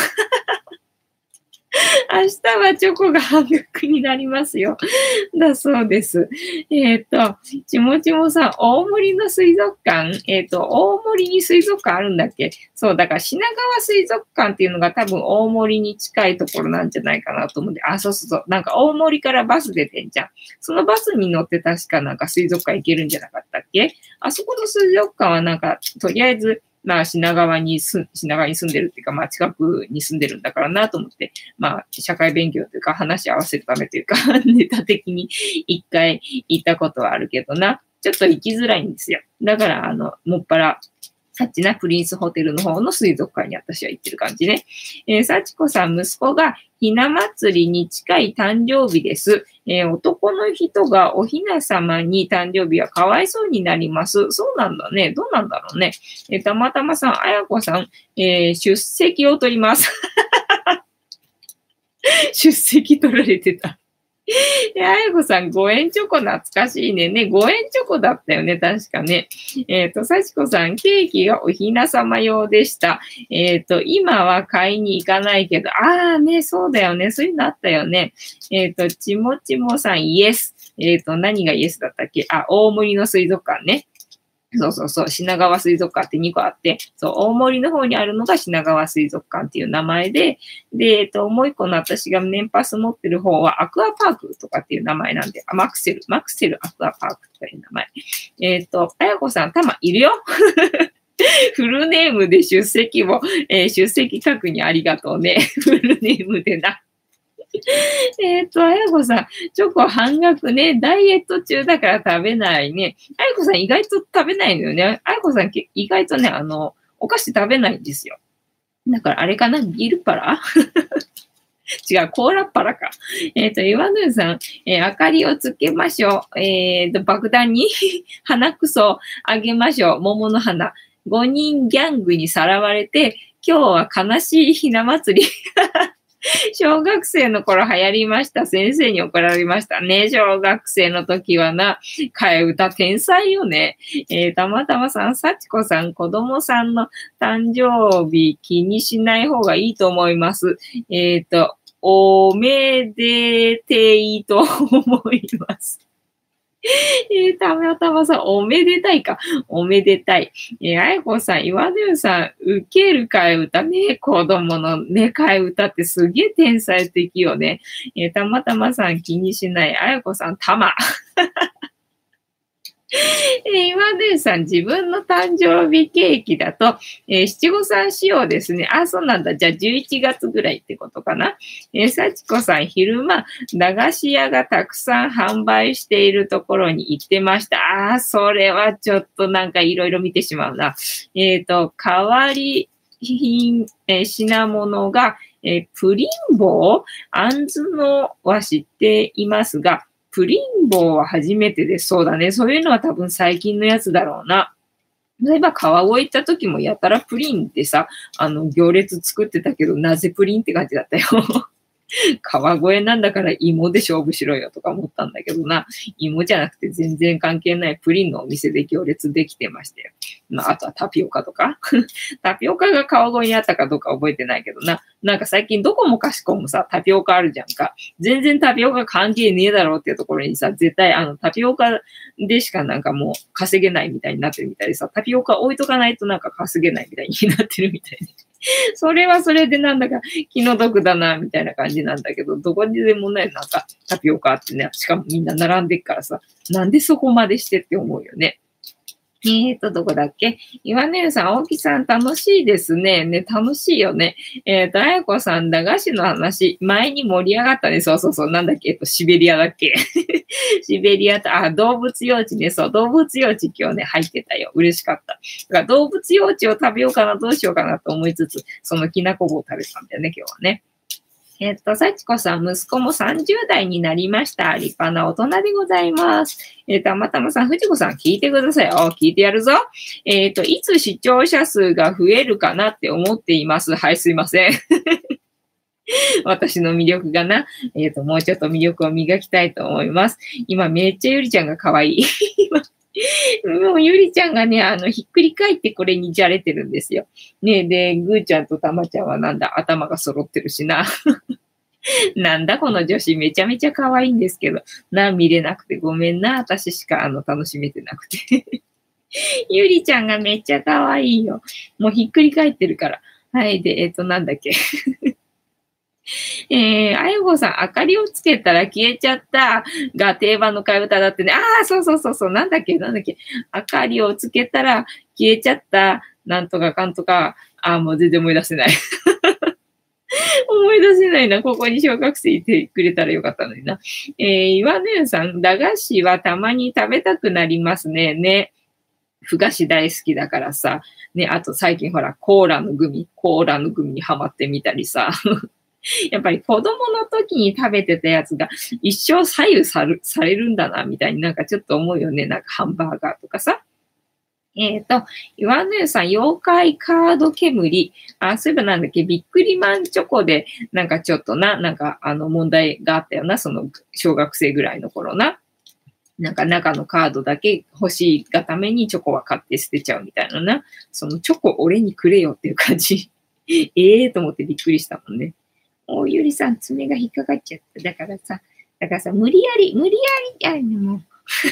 明日はチョコが半額になりますよ。だそうです。えっ、ー、と、ちもちもさん、大森の水族館えっ、ー、と、大森に水族館あるんだっけそう、だから品川水族館っていうのが多分大森に近いところなんじゃないかなと思うんで、あ、そうそうそう。なんか大森からバス出てんじゃん。そのバスに乗って確かなんか水族館行けるんじゃなかったっけあそこの水族館はなんか、とりあえず、まあ、品川にす、品川に住んでるっていうか、まあ、近くに住んでるんだからなと思って、まあ、社会勉強というか、話し合わせるためというか、ネタ的に一回行ったことはあるけどな、ちょっと行きづらいんですよ。だから、あの、もっぱら、さっちなプリンスホテルの方の水族館に私は行ってる感じね。えー、幸子さん、息子がひな祭りに近い誕生日です。えー、男の人がおひな様に誕生日はかわいそうになります。そうなんだね。どうなんだろうね。えー、たまたまさん、あやこさん、えー、出席を取ります。出席取られてた。 え、あやこさん、ごえんチョコ懐かしいね。ね、ごえんチョコだったよね、確かね。えっ、ー、と、さちこさん、ケーキがおひなさま用でした。えっ、ー、と、今は買いに行かないけど、ああね、そうだよね。そういうのあったよね。えっ、ー、と、ちもちもさん、イエス。えっ、と、何がイエスだったっけ？あ、大森の水族館ね。そうそうそう、品川水族館ってにこあって、そう、大森の方にあるのが品川水族館っていう名前で、で、えっと、もう一個の私が年パス持ってる方はアクアパークとかっていう名前なんで、あ、マクセル、マクセルアクアパークとかいう名前。えっと、あやこさん、たまいるよフルネームで出席を、えー、出席確認ありがとうね。フルネームでな。えっと、あやこさん、チョコ半額ね、ダイエット中だから食べないね。あやこさん意外と食べないのよね。あやこさん意外とね、あの、お菓子食べないんですよ。だからあれかな、ビールパラ違う、コーラッパラか。えっ、ー、と、岩野さん、えー、明かりをつけましょう。えっ、ー、と、爆弾に花くそあげましょう。桃の花。ごにんギャングにさらわれて、今日は悲しいひな祭り。小学生の頃流行りました。先生に怒られましたね。小学生の時はな、替え歌天才よね。えー、たまたまさん、さちこさん、子供さんの誕生日気にしない方がいいと思います。えっ、ー、と、おめでていと思います。えー、たまたまさん、おめでたいか。おめでたい。えー、あやこさん、岩根さん、受ける替え歌ね。子供のね、替え歌ってすげえ天才的よね。えー、たまたまさん、気にしない。あやこさん、たま。えー、岩根さん、自分の誕生日ケーキだと、えー、七五三仕様ですね。あ、そうなんだ。じゃあ、じゅういちがつぐらいってことかな。えー、幸子さん、昼間、駄菓子屋がたくさん販売しているところに行ってました。ああ、それはちょっとなんかいろいろ見てしまうな。えっ、ー、と、代わり品、えー、品物が、えー、プリン棒、あんずのは知っていますが、プリン棒は初めてです。そうだね。そういうのは多分最近のやつだろうな。例えば川越行った時もやたらプリンってさ、あの行列作ってたけど、なぜプリンって感じだったよ。川越なんだから芋で勝負しろよとか思ったんだけどな。芋じゃなくて全然関係ないプリンのお店で行列できてましたよ。まあ、あとはタピオカとか。タピオカが川越にあったかどうか覚えてないけどな。なんか最近どこもかしこもさ、タピオカあるじゃんか。全然タピオカ関係ねえだろうっていうところにさ、絶対あのタピオカでしかなんかもう稼げないみたいになってるみたいでさ、タピオカ置いとかないとなんか稼げないみたいになってるみたいで。それはそれでなんだか気の毒だな、みたいな感じなんだけど、どこにでもね、なんかタピオカあってね、しかもみんな並んでっからさ、なんでそこまでしてって思うよね。えーと、どこだっけ？岩根さん、青木さん、楽しいですね。ね、楽しいよね。えーと、あやこさん、駄菓子の話、前に盛り上がったね。そうそうそう、なんだっけ？えっと、シベリアだっけ？シベリアと、あ、動物幼稚ね。そう、動物幼稚今日ね、入ってたよ。嬉しかった。だから動物幼稚を食べようかな、どうしようかなと思いつつ、そのきなこ棒を食べたんだよね、今日はね。えっと、幸子さん、息子もさんじゅう代になりました。立派な大人でございます。えっと、たまたまさん、藤子さん、聞いてください。あ、聞いてやるぞ。えっと、いつ視聴者数が増えるかなって思っています。はい、すいません。私の魅力がな。えっと、もうちょっと魅力を磨きたいと思います。今、めっちゃゆりちゃんが可愛い。もうゆりちゃんがね、あの、ひっくり返ってこれにじゃれてるんですよ。ねで、ぐーちゃんとたまちゃんはなんだ、頭が揃ってるしな。なんだこの女子めちゃめちゃ可愛いんですけど、な、見れなくてごめんな。私しかあの、楽しめてなくて。ゆりちゃんがめっちゃ可愛いよ。もうひっくり返ってるから。はい。で、えっと、なんだっけ。えー、あやこさん、明かりをつけたら消えちゃったが定番の替え歌だってね。ああ、そうそうそうそう、なんだっけ、なんだっけ。明かりをつけたら消えちゃった、なんとかかんとか。ああ、もう全然思い出せない。思い出せないな。ここに小学生いてくれたらよかったのにな。えー、岩根さん、駄菓子はたまに食べたくなりますね。ね。ふ菓子大好きだからさ。ね、あと最近ほら、コーラのグミ、コーラのグミにハマってみたりさ。やっぱり子供の時に食べてたやつが一生左右されるんだな、みたいになんかちょっと思うよね。なんかハンバーガーとかさ。 えっと、岩の湯さん、妖怪カード煙。あ、そういえばなんだっけ、ビックリマンチョコで、なんかちょっとな、なんかあの問題があったよな、その小学生ぐらいの頃な。なんか中のカードだけ欲しいがためにチョコは買って捨てちゃうみたいなな。そのチョコ俺にくれよっていう感じ。ええと思ってびっくりしたもんね。おゆりさん、爪が引っかかっちゃった。だからさ、だからさ、無理やり、無理やり、あのもう。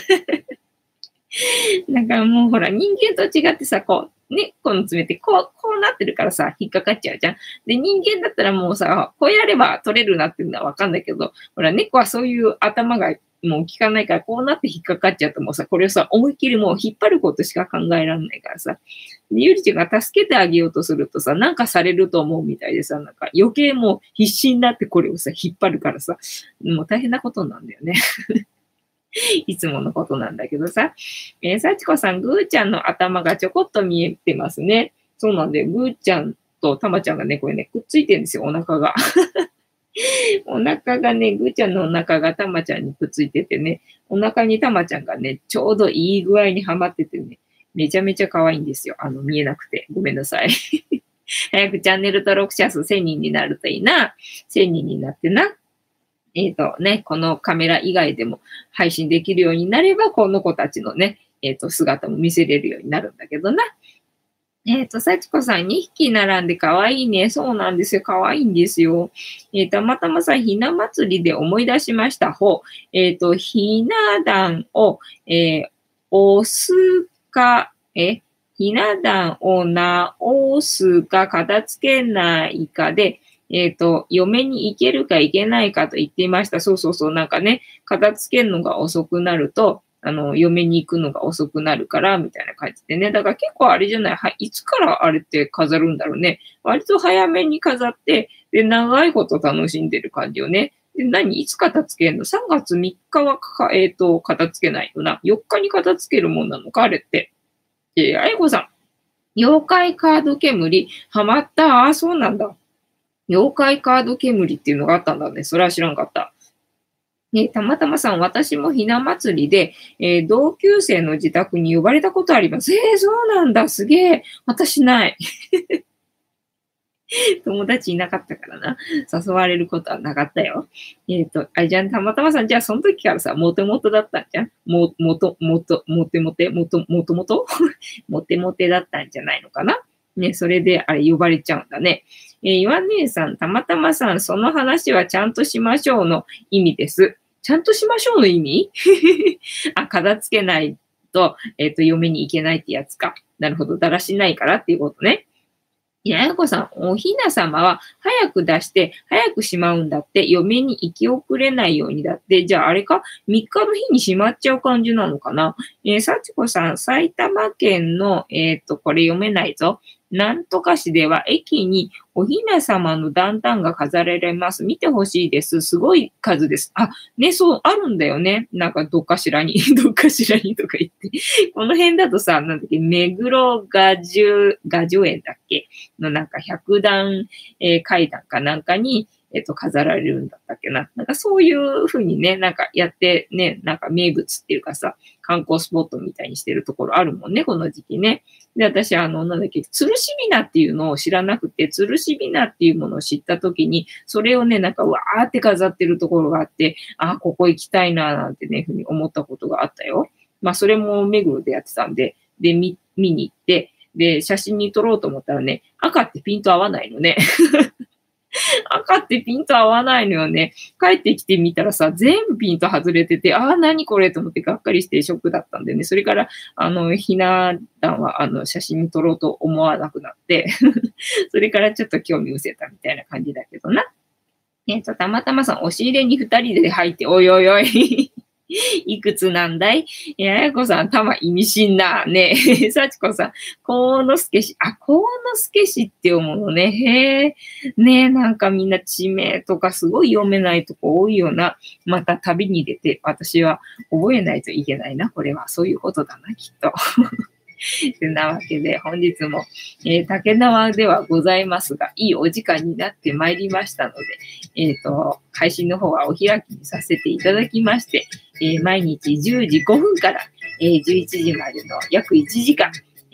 だからもうほら、人間と違ってさ、こう、猫の爪ってこう、こうなってるからさ、引っかかっちゃうじゃん。で、人間だったらもうさ、こうやれば取れるなっていうのはわかんないけど、ほら、猫はそういう頭がもう効かないから、こうなって引っかかっちゃうともうさ、これをさ、思いっきりもう引っ張ることしか考えられないからさ。で、ゆりちゃんが助けてあげようとするとさ、なんかされると思うみたいでさ、なんか余計もう必死になってこれをさ、引っ張るからさ、もう大変なことなんだよね。いつものことなんだけどさ。えー、幸子さん、ぐーちゃんの頭がちょこっと見えてますね。そうなんで、ぐーちゃんとたまちゃんがね、これね、くっついてるんですよ、お腹が。お腹がね、ぐーちゃんのお腹がたまちゃんにくっついててね、お腹にたまちゃんがね、ちょうどいい具合にはまっててね、めちゃめちゃ可愛いんですよ。あの、見えなくて。ごめんなさい。早くチャンネル登録者数せんにんになるといいな。せんにんになってな。えっとね、このカメラ以外でも配信できるようになれば、この子たちのね、えっと、姿も見せれるようになるんだけどな。えっと、幸子さんにひき並んで可愛いね。そうなんですよ。可愛いんですよ。えー、たまたまさ、ひな祭りで思い出しました。ほう。えっと、ひな壇を、えー、押すか、え、ひな壇を直すか片付けないかで、えっと、嫁に行けるか行けないかと言っていました。そうそうそう。なんかね、片付けるのが遅くなると、あの、嫁に行くのが遅くなるから、みたいな感じでね。だから結構あれじゃない、はい、いつからあれって飾るんだろうね。割と早めに飾って、で、長いこと楽しんでる感じよね。で、何いつ片付けるの ?さん 月みっかはか、えっ、ー、と、片付けないよな。よっかに片付けるもんなのかあれって。えー、あやこさん。妖怪カード煙、ハマった。ああ、そうなんだ。妖怪カード煙っていうのがあったんだね。それは知らんかった。ね、たまたまさん、私もひな祭りで、えー、同級生の自宅に呼ばれたことあります。えー、そうなんだ。すげえ。私ない。友達いなかったからな。誘われることはなかったよ。えっ、ー、と、あ、じゃあ、たまたまさん、じゃあ、その時からさ、もともとだったんじゃんも、もと、もと、もてもて、もと、もともともてもてだったんじゃないのかなね、それで、あれ、呼ばれちゃうんだね。えー、岩姉さん、たまたまさん、その話はちゃんとしましょうの意味です。ちゃんとしましょうの意味あ、片付けないと、えっ、ー、と、嫁に行けないってやつか。なるほど。だらしないからっていうことね。ややこさん、おひな様は早く出して早くしまうんだって、嫁に行き遅れないようにだって、じゃああれか ?みっ 日の日にしまっちゃう感じなのかなえー、幸子さん、埼玉県の、えっ、ー、と、これ読めないぞ。なんとか市では駅におひな様の段々が飾られます。見てほしいです。すごい数です。あ、ね、そう、あるんだよね。なんかどっかしらに、どっかしらにとか言って。この辺だとさ、なんだっけ、目黒画樹、画樹園だっけのなんか百段、えー、階段かなんかに、えっと、飾られるんだったっけな。なんかそういう風にね、なんかやってね、なんか名物っていうかさ、観光スポットみたいにしてるところあるもんね、この時期ね。で、私、あの、なんだっけ、つるしびなっていうのを知らなくて、つるしびなっていうものを知ったときに、それをね、なんかわーって飾ってるところがあって、あ、ここ行きたいなーなんてね、ふうに思ったことがあったよ。まあ、それも目黒でやってたんで、で、見、見に行って、で、写真に撮ろうと思ったらね、赤ってピント合わないのね。赤ってピント合わないのよね。帰ってきてみたらさ、全部ピント外れてて、ああ、何これと思ってがっかりしてショックだったんでね。それから、あの、ひな壇は、あの、写真に撮ろうと思わなくなって、それからちょっと興味失せたみたいな感じだけどな。えっと、たまたまさん、押し入れに二人で入って、おいおいおい。いくつなんだいややこさん、たま意味深な。ねえ、さちこさん、こうのすけし、あ、こうのすけしって読むのね。へえ。ねえ、なんかみんな地名とかすごい読めないとこ多いよな。また旅に出て、私は覚えないといけないな。これは、そういうことだな、きっと。てなわけで、本日も、えー、竹縄ではございますが、いいお時間になってまいりましたので、えっと、配信の方はお開きにさせていただきまして、えー、毎日じゅうじごふんから、えー、じゅういちじまでの約いちじかん、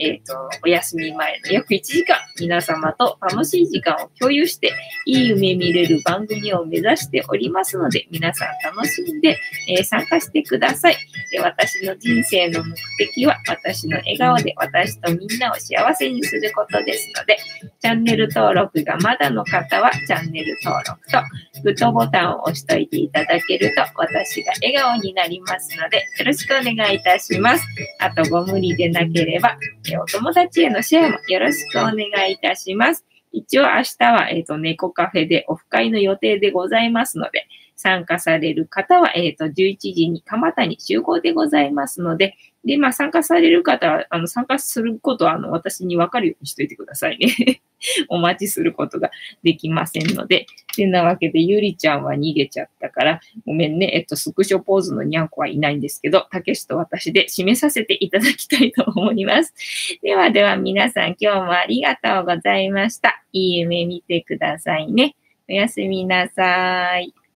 えっと、お休み前の約いちじかん、皆様と楽しい時間を共有して、いい夢見れる番組を目指しておりますので、皆さん楽しんで、えー参加してください。で、私の人生の目的は、私の笑顔で私とみんなを幸せにすることですので、チャンネル登録がまだの方は、チャンネル登録と、グッドボタンを押しておいていただけると、私が笑顔になりますので、よろしくお願いいたします。あと、ご無理でなければ、えお友達へのシェアもよろしくお願いいたします。一応明日は、えっと、猫カフェでオフ会の予定でございますので、参加される方は、えっと、じゅういちじに蒲田に集合でございますので、で、まあ、参加される方は、あの、参加することは、あの、私に分かるようにしといてくださいね。お待ちすることができませんので。てなわけで、ゆりちゃんは逃げちゃったから、ごめんね。えっと、スクショポーズのにゃんこはいないんですけど、たけしと私で締めさせていただきたいと思います。ではでは皆さん、今日もありがとうございました。いい夢見てくださいね。おやすみなさい。